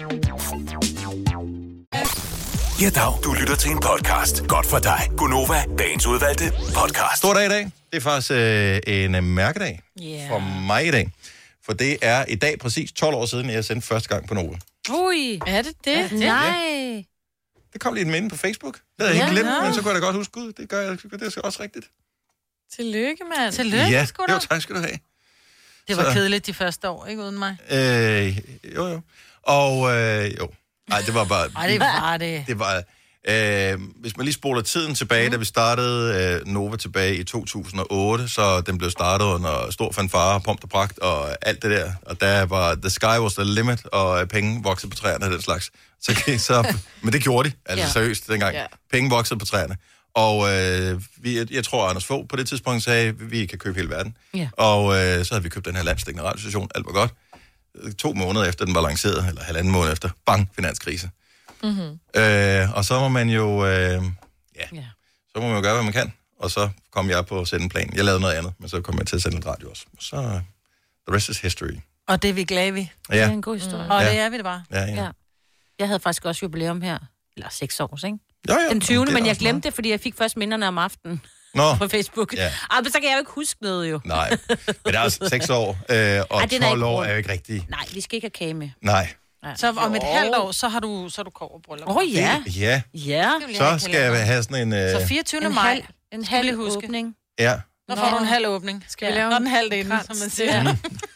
Ja, dag. Du lytter til en podcast. Godt for dig. Gunova, dagens udvalgte podcast. Stor dag i dag. Det er faktisk øh, en øh, mærkedag Yeah. for mig i dag. For det er i dag præcis tolv år siden, jeg sendte første gang på Nova. Ui. Er det det? Er det? Nej. Det kom lige et minde på Facebook. Det havde jeg Ja. helt glemt, men så kunne jeg da godt huske, Gud, det gør jeg, det er også rigtigt. Tillykke, mand. Tillykke, Ja, sgu jo, da. tak skal du have. Det var Så- kedeligt de første år, ikke uden mig? Øh, jo, jo. Og øh, jo. Nej, det var bare... Nej, det var det. Det var... Øh, hvis man lige spoler tiden tilbage, mm. da vi startede øh, Nova tilbage i to tusind og otte, så den blev startet under stor fanfare, pomp og pragt og alt det der. Og der var the sky was the limit, og øh, penge voksede på træerne og den slags. Så, så, men det gjorde de, altså Ja. seriøst dengang. Ja. Penge voksede på træerne. Og øh, vi, jeg tror, Anders Fogh på det tidspunkt sagde, at vi kan købe hele verden. Ja. Og øh, så havde vi købt den her landsdækkende radiostation, alt var godt. To måneder efter den var lanceret, eller halvanden måned efter, bang, finanskrise. Mm-hmm. Øh, og så må man jo, øh, ja, Ja. så må man jo gøre, hvad man kan. Og så kom jeg på sendeplan. Jeg lavede noget andet, men så kom jeg til at sende en radio også. Og så, uh, the rest is history. Og det er vi glade ved. Ja. Det er en god historie. Mm. Og Ja. det er vi det bare. Ja, ja. Ja. Jeg havde faktisk også jubilæum her. Eller seks år, ikke? Jo, jo. Den tyvende Det er men jeg også glemte det, fordi jeg fik først minderne om aftenen Nå. på Facebook. Ja. Ah, men så kan jeg jo ikke huske noget, jo. Nej, men det er også seks år, øh, og Ej, den er tolv ikke år rundt. er jo ikke rigtig. Nej, vi skal ikke have kage med. Nej. Så om et halvt år, så har du, så har du kobberbryllup. Åh, oh, ja. Ja, Ja. så skal jeg have sådan en... Øh, Så fireogtyvende En maj. halv, en Skal vi lige halv huske. åbning. ja. Der får du en halv åbning. Skal vi lave Nå, den en halv inden, krans? som man siger. Ja. Ja.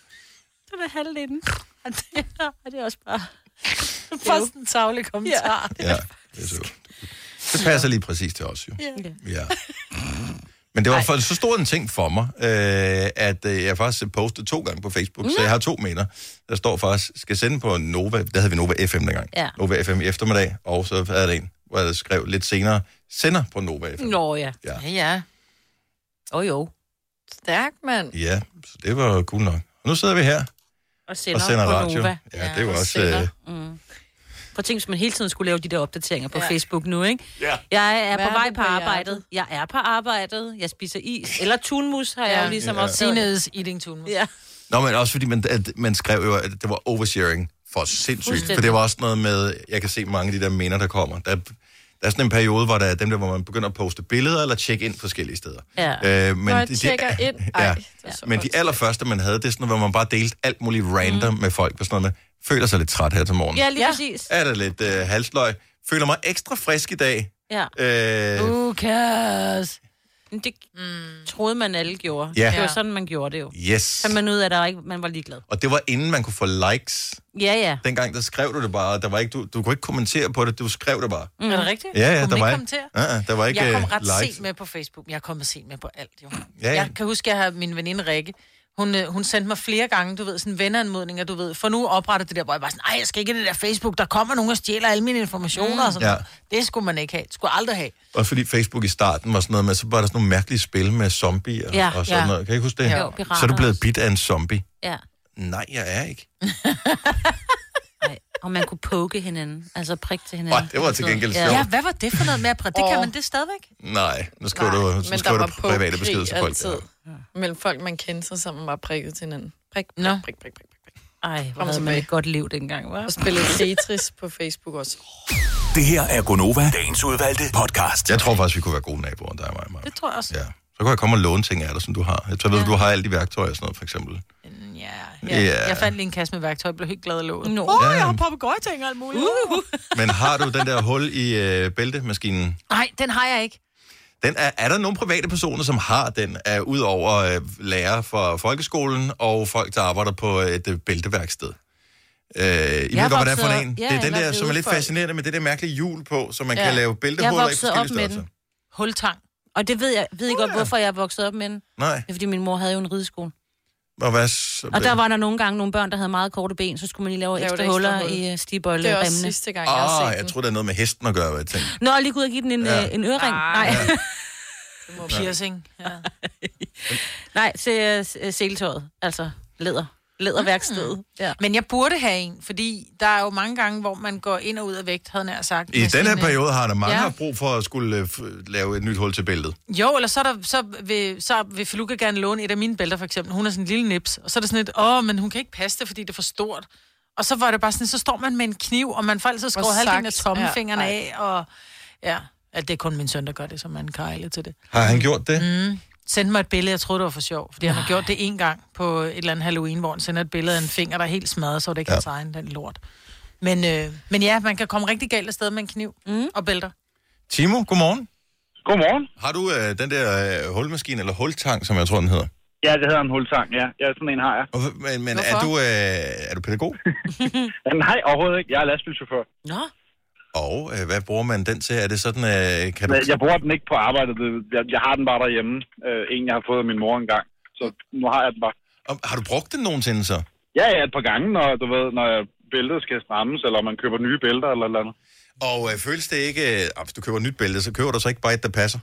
Så er det halvdelen. Og det, og det er også bare... Først en tavlig kommentar. Ja, det er så. Det passer lige præcis til os, jo. Ja. Ja. Men det var for, så stor en ting for mig, øh, at øh, jeg faktisk postede to gange på Facebook, mm. så jeg har to mener. Der står faktisk, skal sende på Nova, der havde vi Nova F M dengang. Ja. Nova F M i eftermiddag, og så havde der en, hvor jeg skrev lidt senere, sender på Nova F M. Nå, ja. Ja. Ja, ja. Åh, oh, jo. Stærk, mand. Ja, så det var cool nok. Og nu sidder vi her Og sender, og sender på radio. Nova. Ja, det er jo og også... sender. Øh, Mm. Prøv at tænke, hvis man hele tiden skulle lave de der opdateringer på Ja. Facebook nu, ikke? Ja. Jeg er Hvad på er vej det på på arbejdet. hjertet? Jeg er på arbejdet. Jeg spiser is. Eller tunmus har jeg jo ligesom Ja. også. Sine's eating tune. Ja. Nå, men også fordi man, at man skrev jo, at det var oversharing for sindssygt. Fuldstændig. For det var også noget med, jeg kan se mange af de der mener, der kommer. Der, der er sådan en periode, hvor der er dem der, hvor man begynder at poste billeder eller tjekke ind forskellige steder. Ja. Øh, Når jeg tjekker ind. Ej, ja. det er så Men godt. de allerførste, man havde, det er sådan noget, hvor man bare delte alt muligt random mm. med folk. På sådan noget med, føler sig lidt træt her til morgen. Ja, lige Ja. præcis. Er der lidt øh, halsløg? Føler mig ekstra frisk i dag. Ja. Øh, Lukas. Men det troede man alle gjorde. Ja. Det var sådan, man gjorde det jo. yes. Så man ud af, at der ikke, man var ligeglad. Og det var inden man kunne få likes. Ja, ja. Dengang, der skrev du det bare. Der var ikke, du, du kunne ikke kommentere på det, du skrev det bare. Mm. Er det rigtigt? Ja, ja, Kunne der man var ikke ikke, kommentere? uh, der var ikke Jeg kom øh, ret likes. sent med på Facebook. Jeg er kommet sent med på alt, jo. Ja, ja. Jeg kan huske, at jeg har min veninde Rikke. Hun, øh, hun sendte mig flere gange, du ved, sådan venneanmodninger, du ved, for nu oprettet det der, hvor jeg var sådan, ej, jeg skal ikke have det der Facebook, der kommer nogen og stjæler alle mine informationer mm. og sådan Ja. noget. Det skulle man ikke have. Det skulle aldrig have. Også fordi Facebook i starten var sådan noget med, så var der sådan nogle mærkelige spil med zombier Ja, og sådan ja. noget. Kan I ikke huske det? Jo, pirater så er du blevet også. bidt af en zombie. Ja. Nej, jeg er ikke. Ej. Og man kunne poke hinanden. Altså prikke til hinanden. Åh, det var til gengæld Ja. sjovt. Ja, hvad var det for noget med at præ- Det kan man det stadigvæk? Nej, nu skriver Nej, du, men så der skriver var du private på beskeder krig til folk. altid. Mellem folk, man kendte sig, som var prikket til hinanden. Prik, prik, Nå. prik, prik, prik, prik, prik. Ej, hvor Kom havde man tilbage. et godt liv dengang, hva'? Og spillede Tetris på Facebook også. Det her er Gonova, dagens udvalgte podcast. Jeg tror faktisk, vi kunne være gode naboer, der er mig. Maja. Det tror jeg også. Ja. Så kan jeg komme og låne ting af dig, som du har. Jeg tror, ja. ved, du har alle de værktøjer og sådan noget, for eksempel. Ja, ja. Ja. Jeg fandt lige en kasse med værktøj, jeg blev helt glad af låget. Nå. Åh, Ja. jeg har papegøjeting og alt muligt. Uh. Men har du den der hul i øh, bæltemaskinen? Nej, den har jeg ikke. Den er, er der nogle private personer, som har den, er ud over øh, lærer fra folkeskolen og folk, der arbejder på et øh, bælteværksted? Øh, I ved godt, hvad det er for vokset en. op- ja, det er den eller der, som er lidt hvedefolk. fascinerende med det der mærkelige hjul på, så man Ja. kan lave Jeg bæltehuller i voksede op forskellige med størrelser. den. Hultang. Og det ved jeg ved I Uh, godt, ja. hvorfor jeg er vokset op med den. Nej, Det er, fordi min mor havde jo en rideskole. og hvad så? Og der var der nogle gange nogle børn, der havde meget korte ben, så skulle man lige lave Lave ekstra et ekstra huller hul. i uh, Det er også stigbøjleremmene. sidste gang, jeg har Åh, set jeg den. tror det er noget med hesten at gøre, hvad jeg tænkte. Nå, lige gå ud og give den en, Ja. ja. en ørering. Nej, Ja. Piercing. Ja. nej, se uh, seletøjet. Altså læder. læderværkstedet. Mm. Ja. Men jeg burde have en, fordi der er jo mange gange, hvor man går ind og ud af vægt, havde jeg sagt. I med den her sine- periode har der mange Ja. haft brug for at skulle øh, f- lave et nyt hul til bæltet. Jo, eller så, er der, så, vil, så vil Feluca gerne låne et af mine bælter, for eksempel. Hun er sådan en lille nips, og så er det sådan et, åh, men hun kan ikke passe det, fordi det er for stort. Og så var det bare sådan, så står man med en kniv, og man får altid skåret Og halvdelen af saks. tommelfingerne Ja, af, og ja, at det er kun min søn, der gør det, så man kan ejle til det. Har han gjort det? Mm. Sendte mig et billede, jeg troede, det var for sjov, fordi han har gjort det en gang på et eller andet Halloween, hvor han sender et billede af en finger, der er helt smadret, så det ikke ja. hans egen, den lort. Men, øh, men ja, man kan komme rigtig galt afsted med en kniv mm. og bælter. Timo, godmorgen. Godmorgen. Har du øh, den der øh, hulmaskine, eller hultang, som jeg tror, den hedder? Ja, det hedder en hultang, ja. ja sådan en har jeg. Og, men men er, du, øh, er du pædagog? Nej, overhovedet ikke. Jeg er lastbilchauffør. Nå. Og øh, hvad bruger man den til? Er det sådan, øh, kan du... Men jeg bruger den ikke på arbejdet. Det- Jeg, jeg har den bare derhjemme. Øh, en, jeg har fået af min mor engang. Så nu har jeg den bare. Og, har du brugt den nogensinde så? Ja, ja, et par gange, når, du ved, når bæltet skal strammes, eller man køber nye bælter eller noget andet. Og øh, føles det ikke... Øh, hvis du køber et nyt bælte, så køber du så ikke bare et, der passer?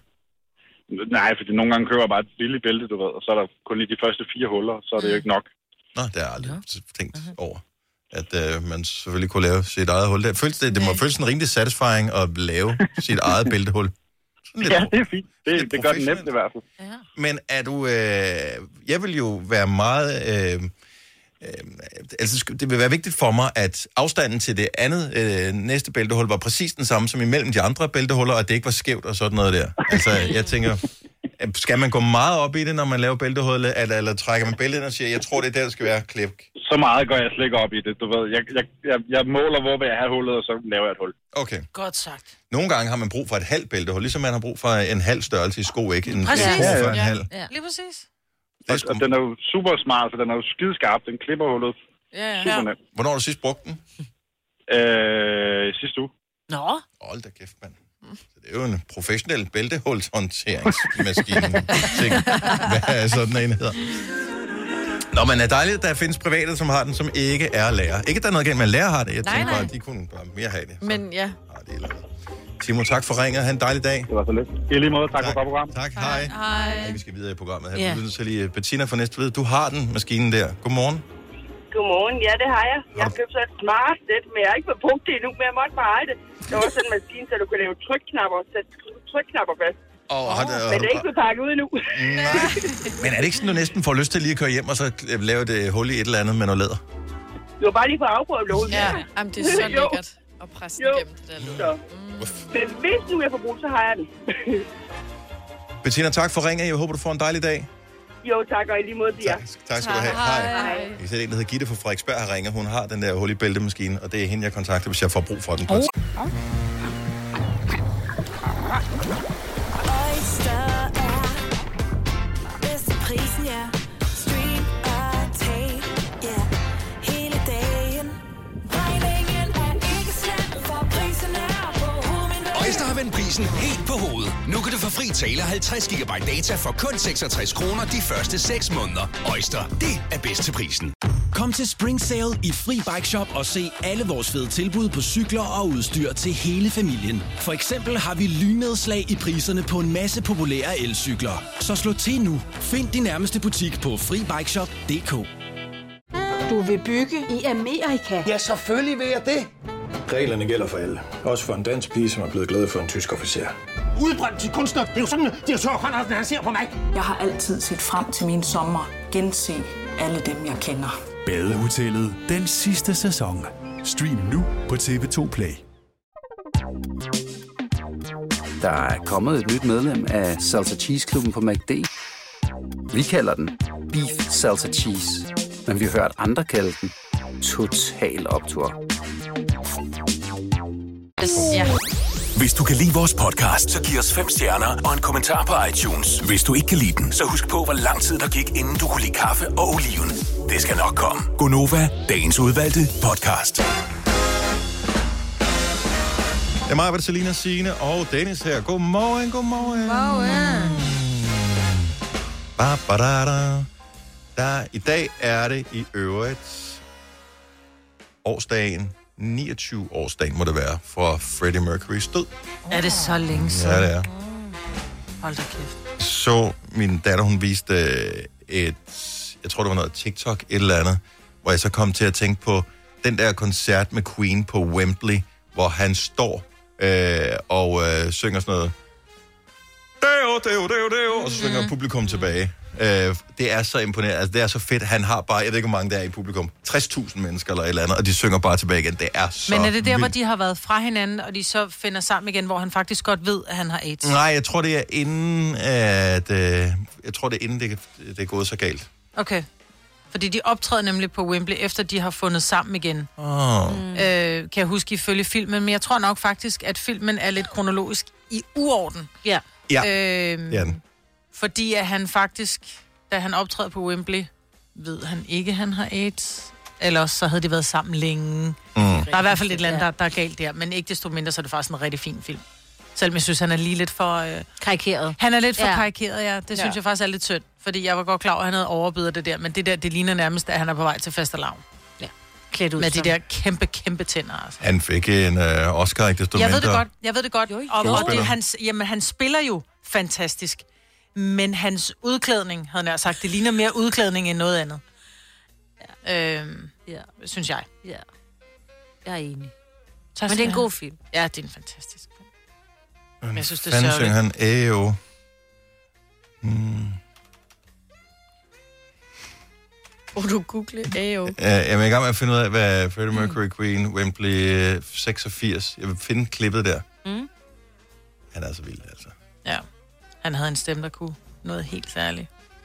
Nej, fordi nogle gange køber jeg bare et billigt bælte, du ved, og så er der kun lige de første fire huller, så er det jo ikke nok. Nå, det har jeg aldrig ja. tænkt over. At øh, man selvfølgelig kunne lave sit eget hul. Det, føles det, det må føles sådan rimelig satisfying at lave sit eget bæltehul. Ja, det er fint. Det, det gør det nemt i hvert fald. Ja. Men er du... Øh, jeg vil jo være meget... Øh, øh, altså, det vil være vigtigt for mig, at afstanden til det andet øh, næste bæltehul var præcis den samme som imellem de andre bæltehuller, og det ikke var skævt og sådan noget der. Altså, jeg tænker... Skal man gå meget op i det, når man laver bæltehullet, eller, eller trækker man bæltet ind og siger, jeg tror, det er der, der skal være klip? Så meget går jeg slet ikke op i det, du ved. Jeg, jeg, jeg, jeg måler, hvor vil jeg have hullet, og så laver jeg et hul. Okay. Godt sagt. Nogle gange har man brug for et halvt bæltehul, ligesom man har brug for en halv størrelse i sko, ikke? En, Præcis. en brug for en Ja. halv. Ja. Lige præcis. Og, og den er jo super smart, for den er jo skideskarp. Den klipper hullet. Ja, ja. Super nemt. Hvornår har du sidst brugt den? Øh, sidste uge. Nå. Hold da kæft, mand. Så det er jo en professionel bæltehulshåndteringsmaskine. Ting. Hvad er sådan en hedder? Nå, men er dejligt, at der findes private, som har den, som ikke er lærer. Ikke, at der er noget galt med, at lærer har det. Jeg Nej, tænker nej. bare, at de kunne bare mere have det. Men ja. Timo, tak for ringet. Ha' en dejlig dag. Det var så lidt. I lige måde, tak, tak. for programmet. Tak, hej. Hej. Ja, vi skal videre i programmet her. Ja. Vi vil lige Bettina fra Næstved. Du har den, maskinen der. Godmorgen. Godmorgen, ja, det har jeg. Jeg har købt så et smart sæt, men jeg har ikke fået brugt det endnu, men jeg måtte bare eje det. Det var sådan en maskine, så du kunne lave trykknapper og sætte trykknapper fast. Oh, har det, Men det er ikke blevet pakket ud endnu. Men er det ikke sådan, du næsten får lyst til lige at køre hjem og så lave et hul i et eller andet med noget læder? Du var bare lige på afprøvet låget. Ja, jamen, det er så Jo. lækkert at presse den igennem det der låg. Så. Men hvis nu jeg får brug, så har jeg den. Bettina, tak for ringen. Jeg håber, du får en dejlig dag. Jo, tak, og i lige måde til jer. Tak skal du have. Hej. Jeg kan se, at en, der hedder Gitte fra Frederiksberg har ringet. Hun har den der hul i bæltemaskine, og det er hende, jeg kontakter, hvis jeg får brug for den. På et Oyster er bedst til prisen, ja. Stream og tag, ja. Hele dagen. Regningen er ikke slem, for prisen er på hovedet. Oyster har vendt prisen helt på hovedet. Nu kan du få fri tale halvtreds gigabyte data for kun seksogtres kroner de første seks måneder. Oyster, det er bedst til prisen. Kom til Spring Sale i Fri Bike Shop og se alle vores fede tilbud på cykler og udstyr til hele familien. For eksempel har vi lynedslag i priserne på en masse populære elcykler. Så slå til nu. Find din nærmeste butik på fri bike shop punktum d k. Du vil bygge i Amerika? Ja, selvfølgelig vil jeg det. Reglerne gælder for alle. Også for en dansk pige, som er blevet glad for en tysk officer. Udbrændt til kunstner. Det er jo sådan, at direktør Conradsen, han ser på mig. Jeg har altid set frem til min sommer. Gense alle dem, jeg kender. Badehotellet den sidste sæson. Stream nu på T V to Play. Der er kommet et nyt medlem af Salsa Cheese Klubben på McD. Vi kalder den Beef Salsa Cheese, men vi har hørt andre kalde den Total Optur. Ja. Hvis du kan lide vores podcast, så giv os fem stjerner og en kommentar på iTunes. Hvis du ikke kan lide den, så husk på, hvor lang tid der gik, inden du kunne lide kaffe og oliven. Det skal nok komme. Gonova, dagens udvalgte podcast. Det er mig, hvad Selina, Signe og Dennis her. Godmorgen, godmorgen. Godmorgen. Ba, ba, da, da. Der, I dag er det i øvrigt årsdagen, niogtyve-årsdagen må det være, for Freddie Mercurys død. Er det så længe siden? Ja, det er. Hold da kæft. Så min datter, hun viste øh, et, jeg tror det var noget TikTok, et eller andet, hvor jeg så kom til at tænke på den der koncert med Queen på Wembley, hvor han står øh, og øh, synger sådan noget, Deo, deo, deo, deo, og så synger mm. publikum tilbage. Øh, det er så imponerende. Altså, det er så fedt. Han har bare, jeg ved ikke, hvor mange der er i publikum, tres tusind mennesker eller et eller andet, og de synger bare tilbage igen. Det er så Men er det der, vildt. hvor de har været fra hinanden, og de så finder sammen igen, hvor han faktisk godt ved, at han har AIDS? Nej, jeg tror, det er inden, at... Øh, jeg tror, det er inden, det, det er gået så galt. Okay. Fordi de optræder nemlig på Wembley, efter de har fundet sammen igen. Oh. Mm. Øh, kan jeg huske ifølge filmen, men jeg tror nok faktisk, at filmen er lidt kronologisk i uorden. Ja. Ja, øh, det er den. Fordi at han faktisk, da han optræder på Wembley, ved han ikke, at han har AIDS. Ellers så havde de været sammen længe. Mm. Der er i hvert fald et eller andet, der, der er galt der. Men ikke desto mindre, så er det faktisk en rigtig fin film. Selvom jeg synes, han er lige lidt for... Øh... Karikeret. Han er lidt for Ja. karikeret, ja. Det synes Ja. jeg faktisk er lidt synd. Fordi jeg var godt klar over, at han havde overbydet det der. Men det der, det ligner nærmest, at han er på vej til fastelavn. Ja. Klædt ud Med de som- der kæmpe, kæmpe tænder, altså. Han fik en øh, Oscar, ikke desto Jeg ved mindre. det godt, jeg ved det godt. Jo, og, jo. og det, hans, jamen, han spiller jo fantastisk. Men hans udklædning, havde jeg sagt, det ligner mere udklædning end noget andet. Ja. Øhm, ja. Synes jeg. Ja. Jeg er enig. Tak Men det er en skal god du film. have. Ja, det er en fantastisk film. Men jeg synes, det er Fanden sørgeligt. synger han Ayo. Hmm. Må du google A O? Ja, jeg er i gang med at finde ud af, hvad Freddie Mercury Queen, Wembley øh, seksogfirs. Jeg vil finde klippet der. Mm. Han er så vild, altså. Ja. Han havde en stemme, der kunne noget helt særligt.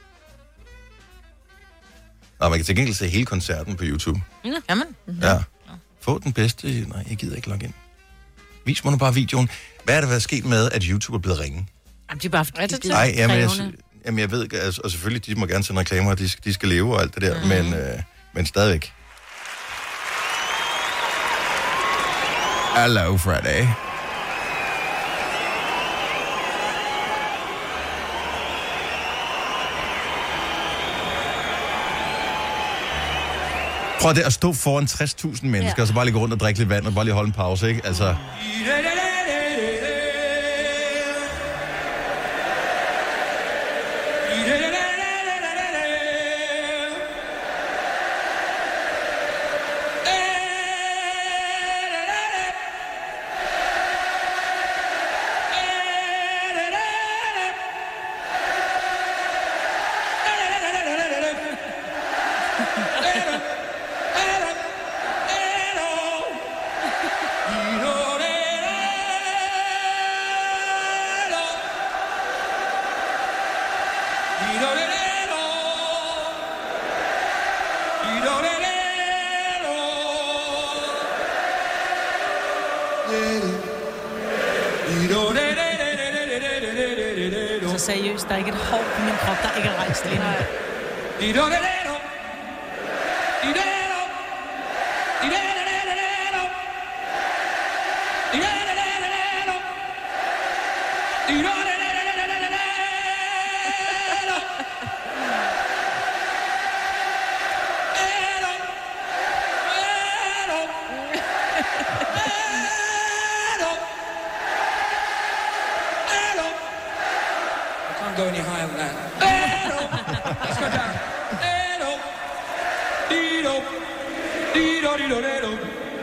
Nå, man kan til gengæld se hele koncerten på YouTube. Ja. Jamen. Ja. Få den bedste... Nej, jeg gider ikke logge ind. Vis mig nu bare videoen. Hvad er der, der er sket med, at YouTube er blevet ringe? Jamen, det er bare fordi, de er Nej, jamen, jeg, krævende. jamen, jeg ved, altså, og selvfølgelig, de må gerne sende reklamer, og de, skal- de skal leve og alt det der, mm. men, øh, men stadigvæk. Hello, Friday. Prøv det at stå foran tres tusind mennesker, ja. og så bare lige gå rundt og drikke lidt vand, og bare lige holde en pause, ikke? Altså... Så seriøst, der er ikke et hår på min krop, der ikke er rejst lige nu. Can't go any higher than that. Let's go down. Dido, dido, dido, dido.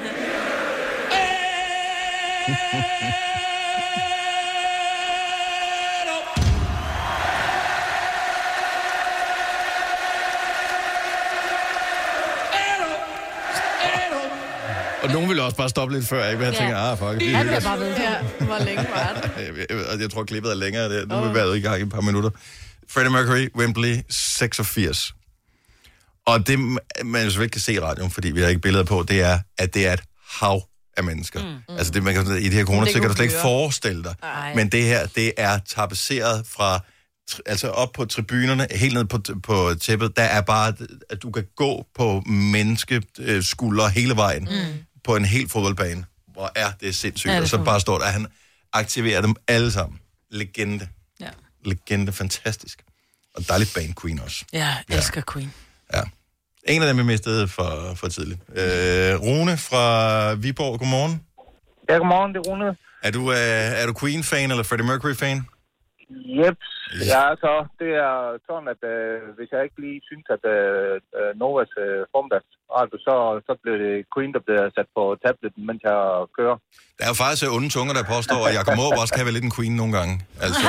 Og nogen vil også bare stoppe lidt før, ikke? Men jeg tænker, ah, fuck. Det Han bliver bare ved her. Hvor længe var det? Jeg, jeg, jeg tror, klippet er længere. Det. Nu har vi været i gang i et par minutter. Freddie Mercury, Wembley, seksogfirs. Og det, man jo selvfølgelig ikke kan se i radioen, fordi vi har ikke billeder på, det er, at det er et hav af mennesker. Mm. Altså, det, man kan, i de her kroner, så kan du slet ikke forestille dig. Ej. Men det her, det er tapetseret fra, altså op på tribunerne, helt ned på, på tæppet. Der er bare, at du kan gå på menneskeskuldre hele vejen mm. på en hel fodboldbane. Hvor er det sindssygt. Ja, det er og så fuldt. bare står der, at han aktiverer dem alle sammen. Legende. Ja. Legende, fantastisk. Og dejligt band Queen også. Ja, jeg Ja. elsker Queen. Ja. En af dem, vi mistede for, for tidligt. Øh, Rune fra Viborg, godmorgen. Ja, godmorgen, det er Rune. Er du, øh, er du Queen-fan eller Freddie Mercury-fan? Yep. Ja, så det er sådan, at øh, hvis jeg ikke lige synes, at øh, Novas øh, formiddagsradio, så, så bliver det Queen, der bliver sat på tableten, mens jeg kører. Der er jo faktisk onde tunger, der påstår, at Jacob Måb også kan være lidt en Queen nogle gange. Altså...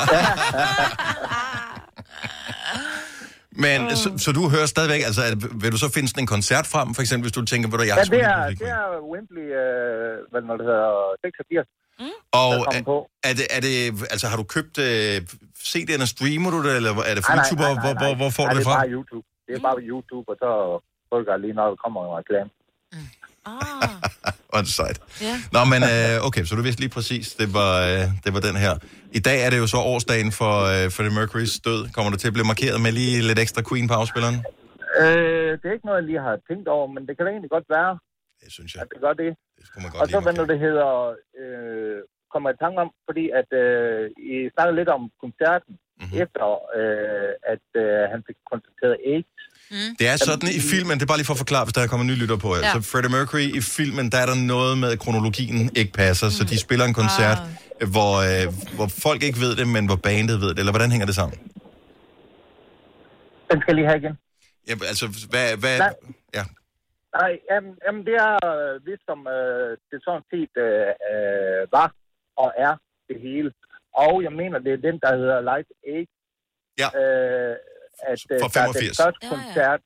Men så, så du hører stadigvæk, altså vil du så finde sådan en koncert frem, for eksempel, hvis du tænker, hvor der jeg ja, det er, det er Wembley, øh, hvad når det hedder, seksogfirs. Mm. Og er, er, det, er det, altså har du købt øh, C D'erne, streamer du det, eller er det fra YouTube, nej, nej, nej, nej. Hvor, hvor får nej, du det fra? Det er bare YouTube. Det er bare YouTube, og så rykker jeg lige, når der kommer en reklame. Mm. Ah. Og det er sejt. Yeah. Nå, men øh, okay, så du vidste lige præcis, det var, øh, det var den her. I dag er det jo så årsdagen for øh, Freddie Mercurys død. Kommer du til at blive markeret med lige lidt ekstra Queen på afspilleren? Øh, det er ikke noget, jeg lige har tænkt over, men det kan da egentlig godt være. Det synes jeg. At det gør det. Det skulle man godt og så, hvad lige nu det hedder, øh, kommer jeg i tanke om, fordi at øh, I snakkede lidt om koncerten, mm-hmm. efter øh, at øh, han fik konstateret AIDS. Mm. Det er sådan i filmen, det er bare lige for at forklare, hvis der kommer nye lytter på. Ja. Så Freddie Mercury i filmen, der er der noget med, at kronologien ikke passer, mm. så de spiller en koncert, ah. hvor, øh, hvor folk ikke ved det, men hvor bandet ved det, eller hvordan hænger det sammen? Den skal lige have igen. Ja, altså, hvad... hvad Nej. Ja. Nej, jamen, jamen det er det, som øh, det sådan set øh, var og er det hele. Og jeg mener, det er den, der hedder Live Aid. Ja. Øh, at øh, der er den første koncert,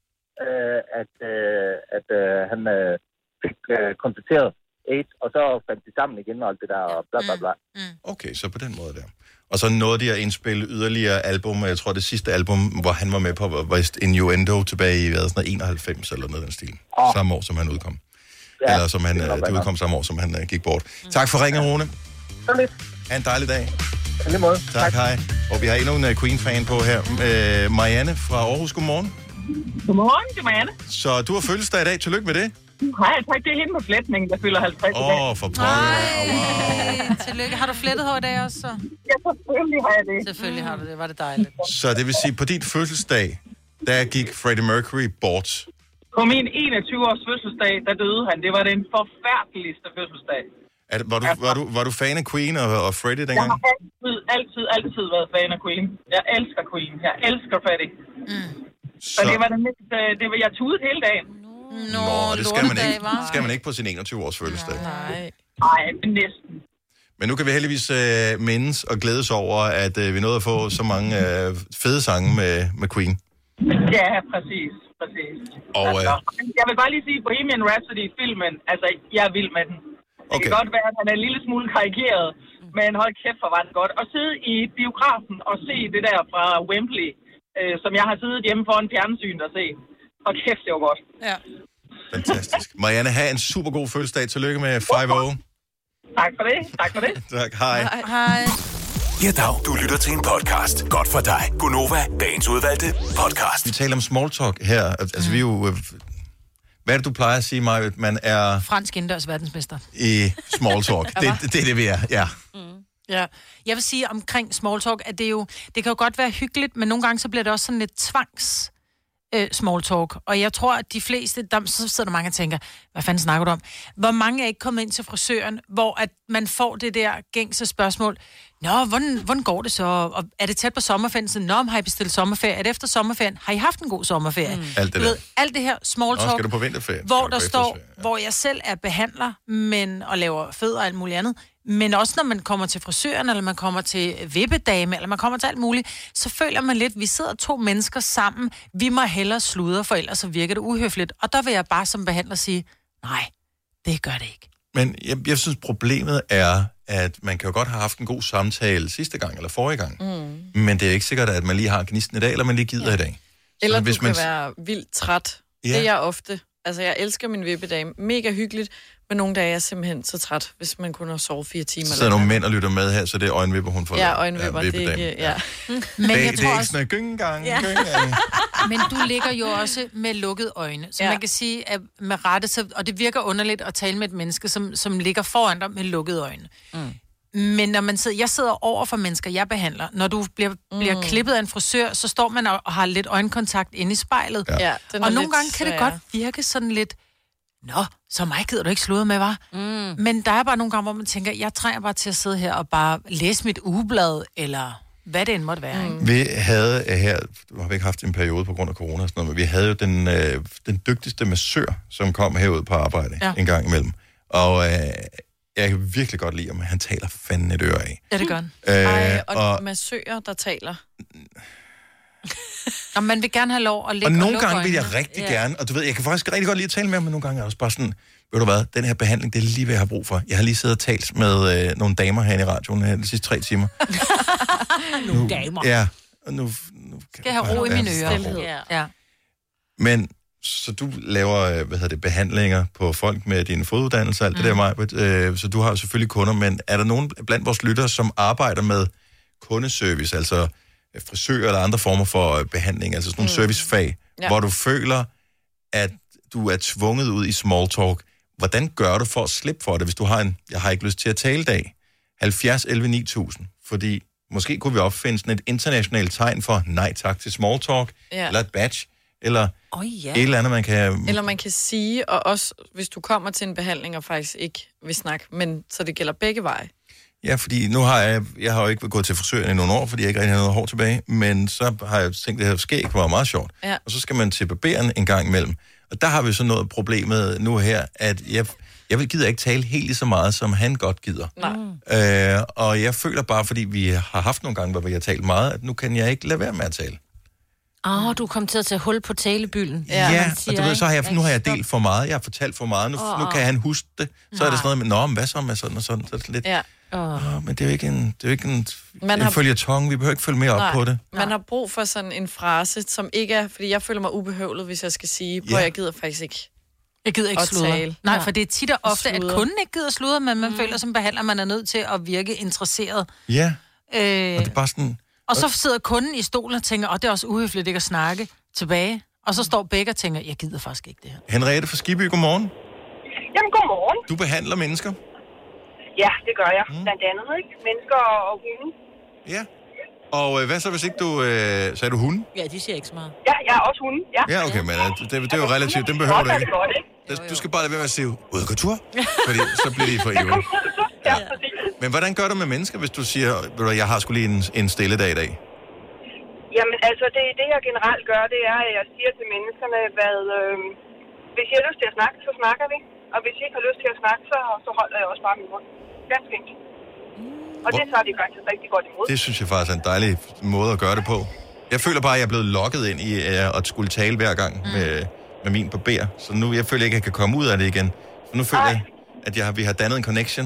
øh, at, øh, at øh, han øh, fik øh, konstateret AIDS, og så fandt de sammen igen og alt det der, og bla bla bla. Mm. Okay, så på den måde der. Og så nåede de at indspille yderligere album, jeg tror det sidste album, hvor han var med på, var Innuendo tilbage i hvad, sådan noget enoghalvfems eller noget af den stil. Oh. Samme år, som han udkom. Ja, eller som han, det, det udkom samme år, som han uh, gik bort. Mm. Tak for ringen, Rune. Så lidt. Ha' en dejlig dag. I lige måde. Tak, tak, hej. Og vi har endnu en uh, Queen-fan på her. Uh, Marianne fra Aarhus, godmorgen. Godmorgen, det er Marianne. Så du har fødselsdag i dag, tillykke med det. Nej, tak, det er hende med flætningen, der fylder halvtreds i dag. Åh, oh, for pokker. Wow. Tillykke. Har du flettet hår i dag også, så? Ja, selvfølgelig har jeg det. Selvfølgelig har du det. Var det dejligt. Så det vil sige, på dit fødselsdag, der gik Freddie Mercury bort. På min enogtyve-års fødselsdag, der døde han. Det var den forfærdeligste fødselsdag. Er det, var, du, var, du, var du fan af Queen og, og Freddie dengang? Jeg har altid, altid, altid været fan af Queen. Jeg elsker Queen. Jeg elsker Freddie. Mm. Så, så det var det mest... Det var, jeg tudede hele dagen. Nå, Nå det skal man, ikke, skal man ikke på sin enogtyve-års fødselsdag. Nej. Nej, men næsten. Men nu kan vi heldigvis øh, mindes og glædes over, at øh, vi nåede at få så mange øh, fede sange med, med Queen. Ja, præcis. præcis. Og, øh, altså, jeg vil bare lige sige, Bohemian Rhapsody-filmen, altså, jeg er vild med den. Det okay. kan godt være, at han er en lille smule karikeret, men hold kæft, hvor var det godt. At sidde i biografen og se det der fra Wembley, øh, som jeg har siddet hjemme foran fjernsyn og se. Og kæft, det var godt. Ja. Fantastisk. Marianne, have en super god fødselsdag. Tillykke med fem år. Tak for det. Tak for det. Tak. Hej. Hej. Ja, dag. Du lytter til en podcast. Godt for dig. Gunova, dagens udvalgte podcast. Vi taler om small talk her. Altså, mm. vi er jo... Hvad er det, du plejer at sige, Maja? Man er... Fransk indendørs verdensmester. I small talk. det, det, det er det, vi er. Ja. Mm. Ja. Jeg vil sige omkring small talk, at det jo... Det kan jo godt være hyggeligt, men nogle gange så bliver det også sådan lidt tvangs... Øh, small talk. Og jeg tror, at de fleste, der, så sidder der mange og tænker, hvad fanden snakker du om? Hvor mange er ikke kommet ind til frisøren, hvor at man får det der gængse spørgsmål, nå, hvordan, hvordan går det så? Og er det tæt på sommerferien? Så, nå, har I bestilt sommerferie? Er det efter sommerferien? Har I haft en god sommerferie? Mm. Alt det du ved, alt det her small talk, nå, skal du på vinterferie? hvor der står, ja. Hvor jeg selv er behandler, men, og laver fødder og alt muligt andet, men også når man kommer til frisøren, eller man kommer til vippedame, eller man kommer til alt muligt, så føler man lidt, vi sidder to mennesker sammen, vi må hellere sludre, for ellers så virker det uhøfligt. Og der vil jeg bare som behandler sige, nej, det gør det ikke. Men jeg, jeg synes, problemet er, at man kan jo godt have haft en god samtale sidste gang, eller forrige gang. Mm. Men det er ikke sikkert, at man lige har gnisten i dag, eller man lige gider ja. i dag. Så eller hvis du kan man... være vildt træt. Ja. Det er jeg ofte. Altså, jeg elsker min vippedame. Mega hyggeligt. Men nogle dage er jeg simpelthen så træt, hvis man kun har sovet fire timer. Så er nogle mænd, der lytter med her, så det er øjenvipper, hun får. Ja, øjenvipper, ja, det er ikke... Ja. Men det, jeg det er tror ikke også... sådan en gyngegang, ja. gyngegang. Men du ligger jo også med lukkede øjne. Så ja. Man kan sige, at med rette, så, og det virker underligt at tale med et menneske, som, som ligger foran dig med lukkede øjne. Mm. Men når man sidder, jeg sidder over for mennesker, jeg behandler. Når du bliver, mm. bliver klippet af en frisør, så står man og, og har lidt øjenkontakt inde i spejlet. Ja. Ja, og nogle gange kan det godt virke sådan lidt nå, så mig gider du ikke sludre med, var. Mm. Men der er bare nogle gange, hvor man tænker, jeg trænger bare til at sidde her og bare læse mit ugeblad, eller hvad det end måtte være. Mm. Vi havde her, har vi ikke haft en periode på grund af corona og sådan noget, men vi havde jo den, øh, den dygtigste massør, som kom herud på arbejde ja. en gang imellem. Og øh, jeg kan virkelig godt lide ham, han taler fandme et øre af. Ja, det gør han. Øh, Ej, og, og og massører, der taler. Og man vil gerne have lov at ligge og og nogle gange øjnene. vil jeg rigtig Ja. gerne, og du ved, jeg kan faktisk rigtig godt lide at tale med ham, men nogle gange er jeg også bare sådan, ved du hvad, den her behandling, det er lige hvad jeg har brug for. Jeg har lige siddet og talt med øh, nogle damer herinde i radioen her de sidste tre timer. Nogle damer. Ja, og nu... nu Skal jeg have ro i mine ører. Ja. ja. Men, så du laver, øh, hvad hedder det, behandlinger på folk med din foduddannelse og alt mm. det der, Majbert, øh, så du har jo selvfølgelig kunder, men er der nogen blandt vores lyttere, som arbejder med kundeservice, altså frisør eller andre former for behandling, altså sådan nogle mm. servicefag, ja. hvor du føler, at du er tvunget ud i small talk. Hvordan gør du for at slippe for det, hvis du har en, jeg har ikke lyst til at tale dag, halvfjerds elleve ni tusind, fordi måske kunne vi opfinde sådan et internationalt tegn for nej tak til small talk, ja. eller et badge, eller oh, ja. et eller andet, man kan... Eller man kan sige, og også hvis du kommer til en behandling og faktisk ikke vil snakke, men så det gælder begge veje. Ja, fordi nu har jeg, jeg har jo ikke gået til frisøren i nogle år, fordi jeg ikke rigtig har noget hår tilbage, men så har jeg tænkt, at det her skæg var meget sjovt. Ja. Og så skal man til barberen en gang imellem. Og der har vi så noget problemet nu her, at jeg, jeg vil gider ikke tale helt lige så meget, som han godt gider. Nej. Øh, og jeg føler bare, fordi vi har haft nogle gange, hvor vi har talt meget, at nu kan jeg ikke lade være med at tale. Åh, oh, du kom til at tage hul på talebylden. Ja, ja siger, og du ved, så har jeg, nu har jeg delt for meget, jeg har fortalt for meget, nu, oh, nu kan han huske det. Så nej. Er det sådan noget med, nå, men hvad så med sådan og sådan, så er det lidt... Ja. Oh. Oh, men det er jo ikke en, det er jo ikke en, man en har... føljetong, vi behøver ikke følge mere op Nej. på det. Man har brug for sådan en frase, som ikke er, fordi jeg føler mig ubehøvlet, hvis jeg skal sige, hvor ja. jeg gider faktisk ikke Jeg gider ikke sludre. Nej, ja. For det er tit og ofte, at kunden ikke gider sludre, men man mm. føler som behandler, man er nødt til at virke interesseret. Ja, øh, og det er bare sådan... Og så sidder kunden i stolen og tænker, åh, det er også uhøfligt ikke at snakke tilbage. Og så står begge og tænker, jeg gider faktisk ikke det her. Henriette fra Skibby, godmorgen. Jamen, godmorgen. Du behandler mennesker? Ja, det gør jeg. Mm. Blandt andet, ikke? Mennesker og hunde. Ja. Og øh, hvad så, hvis ikke du... Øh, sagde du hunde? Ja, de siger ikke så meget. Ja, jeg er også hunde, ja. Ja, okay, men øh, det, det er jo relativt. Den behøver du ikke. Du skal bare lade være med at sige, ud og gå tur, fordi så bliver de for evigt. Ja, men hvordan gør du med mennesker, hvis du siger, ved du, jeg har sgu lige en, en stille dag i dag? Jamen, altså, det, det jeg generelt gør, det er, at jeg siger til menneskerne, hvad... Øh, hvis I har lyst til at snakke, så snakker vi. Og hvis I ikke har lyst til at snakke, så, så holder jeg også bare min mund. Ganske enkelt. Og det tager de faktisk rigtig godt imod. Det synes jeg faktisk er en dejlig måde at gøre det på. Jeg føler bare, at jeg er blevet lokket ind i uh, at skulle tale hver gang mm. med, med min barber. Så nu jeg føler ikke, at jeg kan komme ud af det igen. Så nu føler Ej. jeg, at jeg, vi har dannet en connection.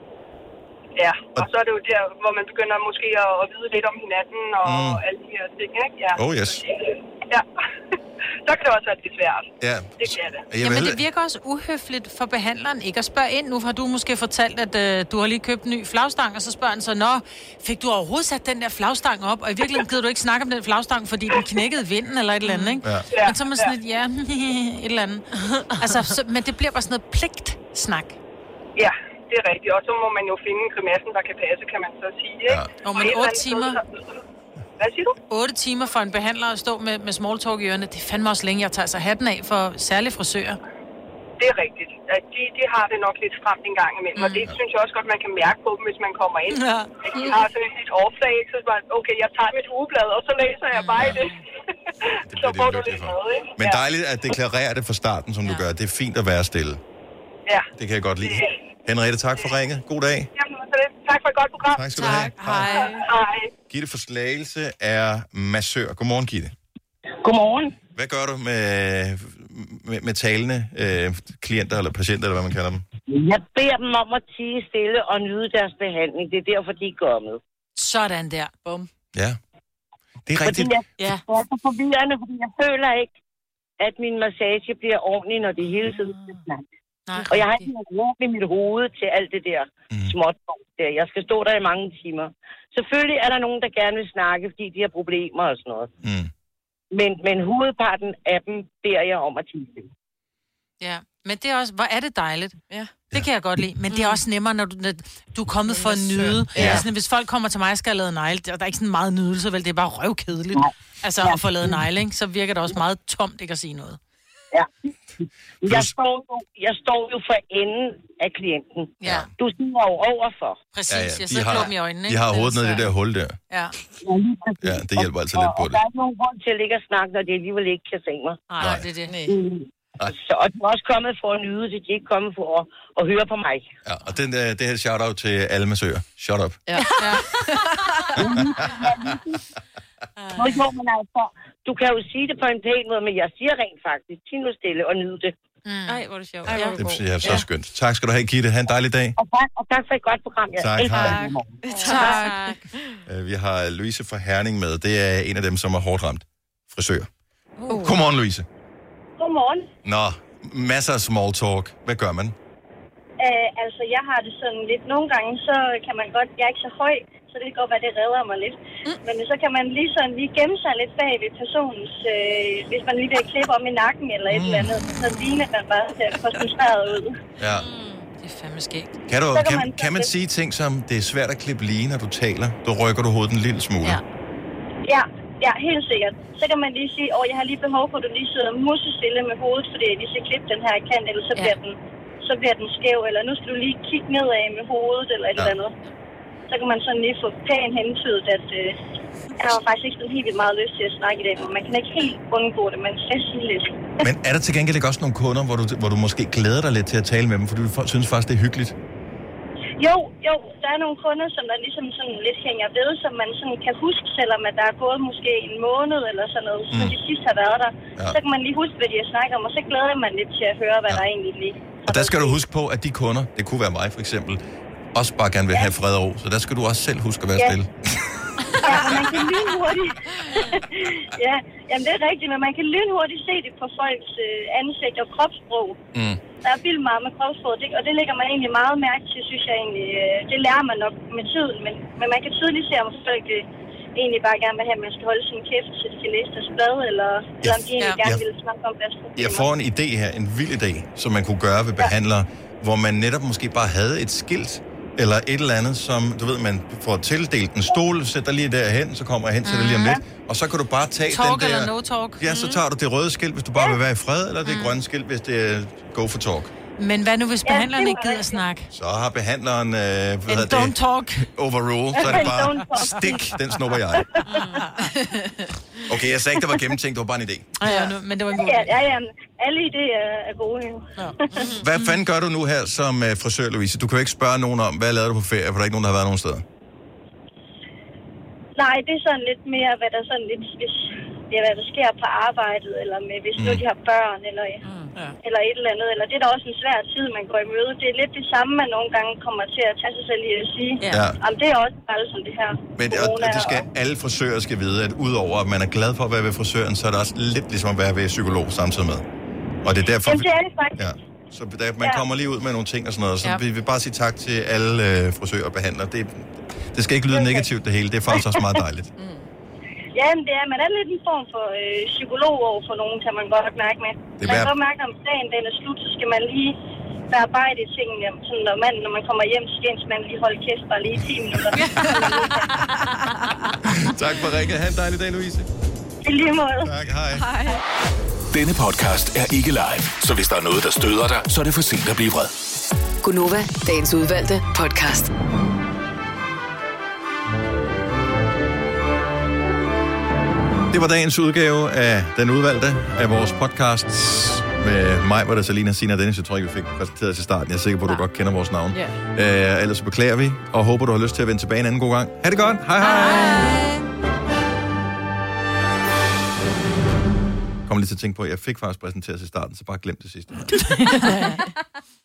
Ja, og så er det jo der, hvor man begynder måske at, at vide lidt om hinanden og mm. alle de her ting, ikke? Ja. Oh yes. Ja. Så kan det også være lidt svært. Ja. Det kan det. Jamen, det virker også uhøfligt for behandleren ikke at spørge ind. Nu har du måske fortalt, at øh, du har lige købt en ny flagstang, og så spørger han så, nå, fik du overhovedet sat den der flagstang op? Og i virkeligheden gider du ikke snakke om den flagstang, fordi den knækkede vinden eller et eller andet, ikke? Ja. Men så er man sådan lidt, ja, et eller andet. Altså, så, men det bliver bare sådan noget pligtsnak. Ja, det er rigtigt. Og så må man jo finde grimassen, der kan passe, kan man så sige, ikke? Ja. Og men otte timer... Hvad siger du? otte timer for en behandler at stå med, med small talk i ørerne, det er fandme også længe, jeg tager sig hatten af for særlige frisører. Det er rigtigt. De, de har det nok lidt stramt en gang imellem, mm. og det synes jeg også godt, man kan mærke på dem, hvis man kommer ind. Ja. De har sådan et overflag, så bare, okay, jeg tager mit ugeblad, og så læser jeg bare i det. det så får du lidt noget, ikke? Men dejligt at deklarere det fra starten, som ja. du gør. Det er fint at være stille. Ja. Det kan jeg godt lide. Henriette, tak for ringet. God dag. Jamen, så det. Tak for et godt program. Tak skal du have. Hej. Hej. Gitte for Slagelse er massør. Godmorgen, Gitte. Godmorgen. Hvad gør du med, med, med talende øh, klienter eller patienter, eller hvad man kalder dem? Jeg beder dem om at tie stille og nyde deres behandling. Det er derfor, de er kommet. Sådan der. Bum. Ja. Det er rigtigt. Fordi jeg, ja. jeg er så forvirrende, fordi jeg føler ikke, at min massage bliver ordentlig, når det hele tiden skal snakke. Nej, og jeg har ikke rum i mit hoved til alt det der mm. småt der. Jeg skal stå der i mange timer. Selvfølgelig er der nogen, der gerne vil snakke, fordi de har problemer og sådan noget. Mm. Men, men hovedparten af dem beder jeg om at tie. Ja, men det er også, hvor er det dejligt. Ja. Det kan jeg godt lide. Men mm. det er også nemmere, når du, når du er kommet for at nyde. Ja. Altså, hvis folk kommer til mig og skal have lavet negle, der er ikke sådan meget nydelse, vel? Det er bare røvkedeligt. Ja. Altså, ja. At få lavet negle, ikke? Så virker det også meget tomt ikke at sige noget. Ja. Jeg står, jo, jeg står jo for enden af klienten. Ja. Du sidder jo overfor. Præcis, Ja, ja, ja, ja. Jeg de sidder har- klog i øjnene. De har hovedet ned i det der hul der. Ja. Ja, det hjælper altså lidt på Og det. der er ikke nogen grund til at ligge og snakke, når de alligevel ikke kan se mig. Nej, Nej. det er det. Mm. Så, og de er også kommet for at nyde det. De er ikke kommet for at, at høre på mig. Ja, og den, der, det her shout-out til alle massører. Shut up. Ja. ja. Nå, jo, men altså, du kan jo sige det på en pæn måde, men jeg siger rent faktisk, tid nu stille og nyde det. Mm. Ej, hvor er det sjovt. Ej, hvor er Det det synes jeg er så skønt. Tak skal du have, Gitte. Ha' en dejlig dag. Og tak, og tak for et godt program. Jeg Tak, elsker hej. det. Tak. Uh, vi har Louise fra Herning med. Det er en af dem, som er hårdt ramt. Frisør. Uh. Godmorgen, Louise. Godmorgen. Nå, masser af small talk. Hvad gør man? Uh, altså, jeg har det sådan lidt... Nogle gange, så kan man godt... Jeg er ikke så høj, så det kan godt være, det redder mig lidt. Mm. Men så kan man lige sådan lige gemme sig lidt bag ved personens... Øh, hvis man lige vil klippe om i nakken eller et mm. eller andet, så ligner man bare ser koncentreret ud. Ja. Det er fandme skægt. Kan, du, Så kan kan, man- kan man sige ting som, det er svært at klippe lige, når du taler? Du rykker du hovedet en lille smule. Ja. Ja, ja, helt sikkert. Så kan man lige sige, åh, jeg har lige behov for, at du lige sidder musestille med hovedet, fordi jeg lige skal klippe den her kant, eller så bliver, ja. den, så bliver den skæv, eller nu skal du lige kigge nedad med hovedet, eller et ja. eller andet. Så kan man sådan lige få pænt hentydet, at øh, jeg har faktisk ikke sådan helt vildt meget lyst til at snakke i dag, men man kan ikke helt undgå det, man skal sige lidt. Men er der til gengæld ikke også nogle kunder, hvor du, hvor du måske glæder dig lidt til at tale med dem, fordi du synes faktisk, det er hyggeligt? Jo, jo, der er nogle kunder, som der ligesom sådan lidt hænger ved, som man sådan kan huske, selvom at der er gået måske en måned eller sådan noget, mm. så de sidst har været der. Ja. Så kan man lige huske, hvad de har snakket om, og så glæder man lidt til at høre, hvad ja. der egentlig lige. Og der skal du huske på, at de kunder, det kunne være mig for eksempel, også bare gerne vil have fred og ro, så der skal du også selv huske at være Ja. stille. Ja, og man kan lynhurtigt. Ja, jamen det er rigtigt, men man kan lynhurtigt se det på folks øh, ansigt og kropssprog. Mm. Der er vildt meget med kropssprog, det, og det lægger man egentlig meget mærke til, synes jeg egentlig. Øh, det lærer man nok med tiden, men, men man kan tydeligt se, om folk øh, egentlig bare gerne vil have, at man skal holde sin kæft, så de kan læse deres blad, eller, ja. eller om de egentlig Ja. gerne Ja. vil snakke om deres problemer. Jeg får en idé her, en vild idé, som man kunne gøre ved behandlere, hvor man netop måske bare havde et skilt, eller et eller andet, som, du ved, man får tildelt en stol, sætter lige derhen, så kommer jeg hen til mm. det lige om lidt, og så kan du bare tage Talk den der... eller no talk. Ja, så tager du det røde skilt, hvis du bare vil være i fred, eller det grønne skilt, hvis det er go for talk. Men hvad nu, hvis behandleren ikke gider snakke? Så har behandleren, øh, hvad En hedder don't det, talk. overrule, så er det En bare don't talk. stik, den snupper jeg. Okay, jeg sagde ikke, det var gennemtænkt, det var bare en idé. Ja, ja, nu, men det var en god Ja, idé. ja, ja, alle idéer er gode jo. Ja. Hvad fanden gør du nu her som uh, frisør, Louise? Du kan jo ikke spørge nogen om, hvad lavede du på ferie, for der er ikke nogen, der har været nogen steder. Nej, det er sådan lidt mere, hvad der sådan lidt, hvis, ja, hvad der sker på arbejdet, eller med, hvis mm. nu de har børn, eller, mm. ja. eller et eller andet. Eller det er da også en svær tid, man går i møde. Det er lidt det samme, man nogle gange kommer til at tage sig selv i at sige. Ja. Jamen, det er også bare som det her. Men og, og det skal alle frisører skal vide, at udover at man er glad for at være ved frisøren, så er det også lidt ligesom at være ved psykolog samtidig med. Og det er derfor... Jamen, det er det faktisk. Ja. Så der, man ja. kommer lige ud med nogle ting og sådan noget, så ja. vi vil bare sige tak til alle øh, frisører og behandlere. Det, det skal ikke lyde negativt det hele, det er faktisk også meget dejligt. mm. Ja, men det er, man er lidt en form for øh, psykolog over for nogen, kan man godt mærke med. Det man er- kan godt mærke, om dagen den er slut, så skal man lige bearbejde tingene. Sådan, når, man, når man kommer hjem, så skal man lige holde kæft bare lige i ti minutter. Tak for ringet. Ha' en dejlig dag, Louise. I lige måde. Tak, hej. Hej. Denne podcast er ikke live, så hvis der er noget, der støder dig, så er det for sent at blive vred. Gunova, dagens udvalgte podcast. Det var dagens udgave af Den Udvalgte af vores podcast med mig, hvor der Salina, Sina og Dennis. Jeg tror ikke, vi fik præsenteret til starten. Jeg er sikker på, at du godt kender vores navn. Yeah. Uh, ellers så beklager vi, og håber, du har lyst til at vende tilbage en anden god gang. Ha' det godt. Hej hej. Kom lige til at tænke på, at jeg fik faktisk præsenteret til starten, så bare glem det sidste.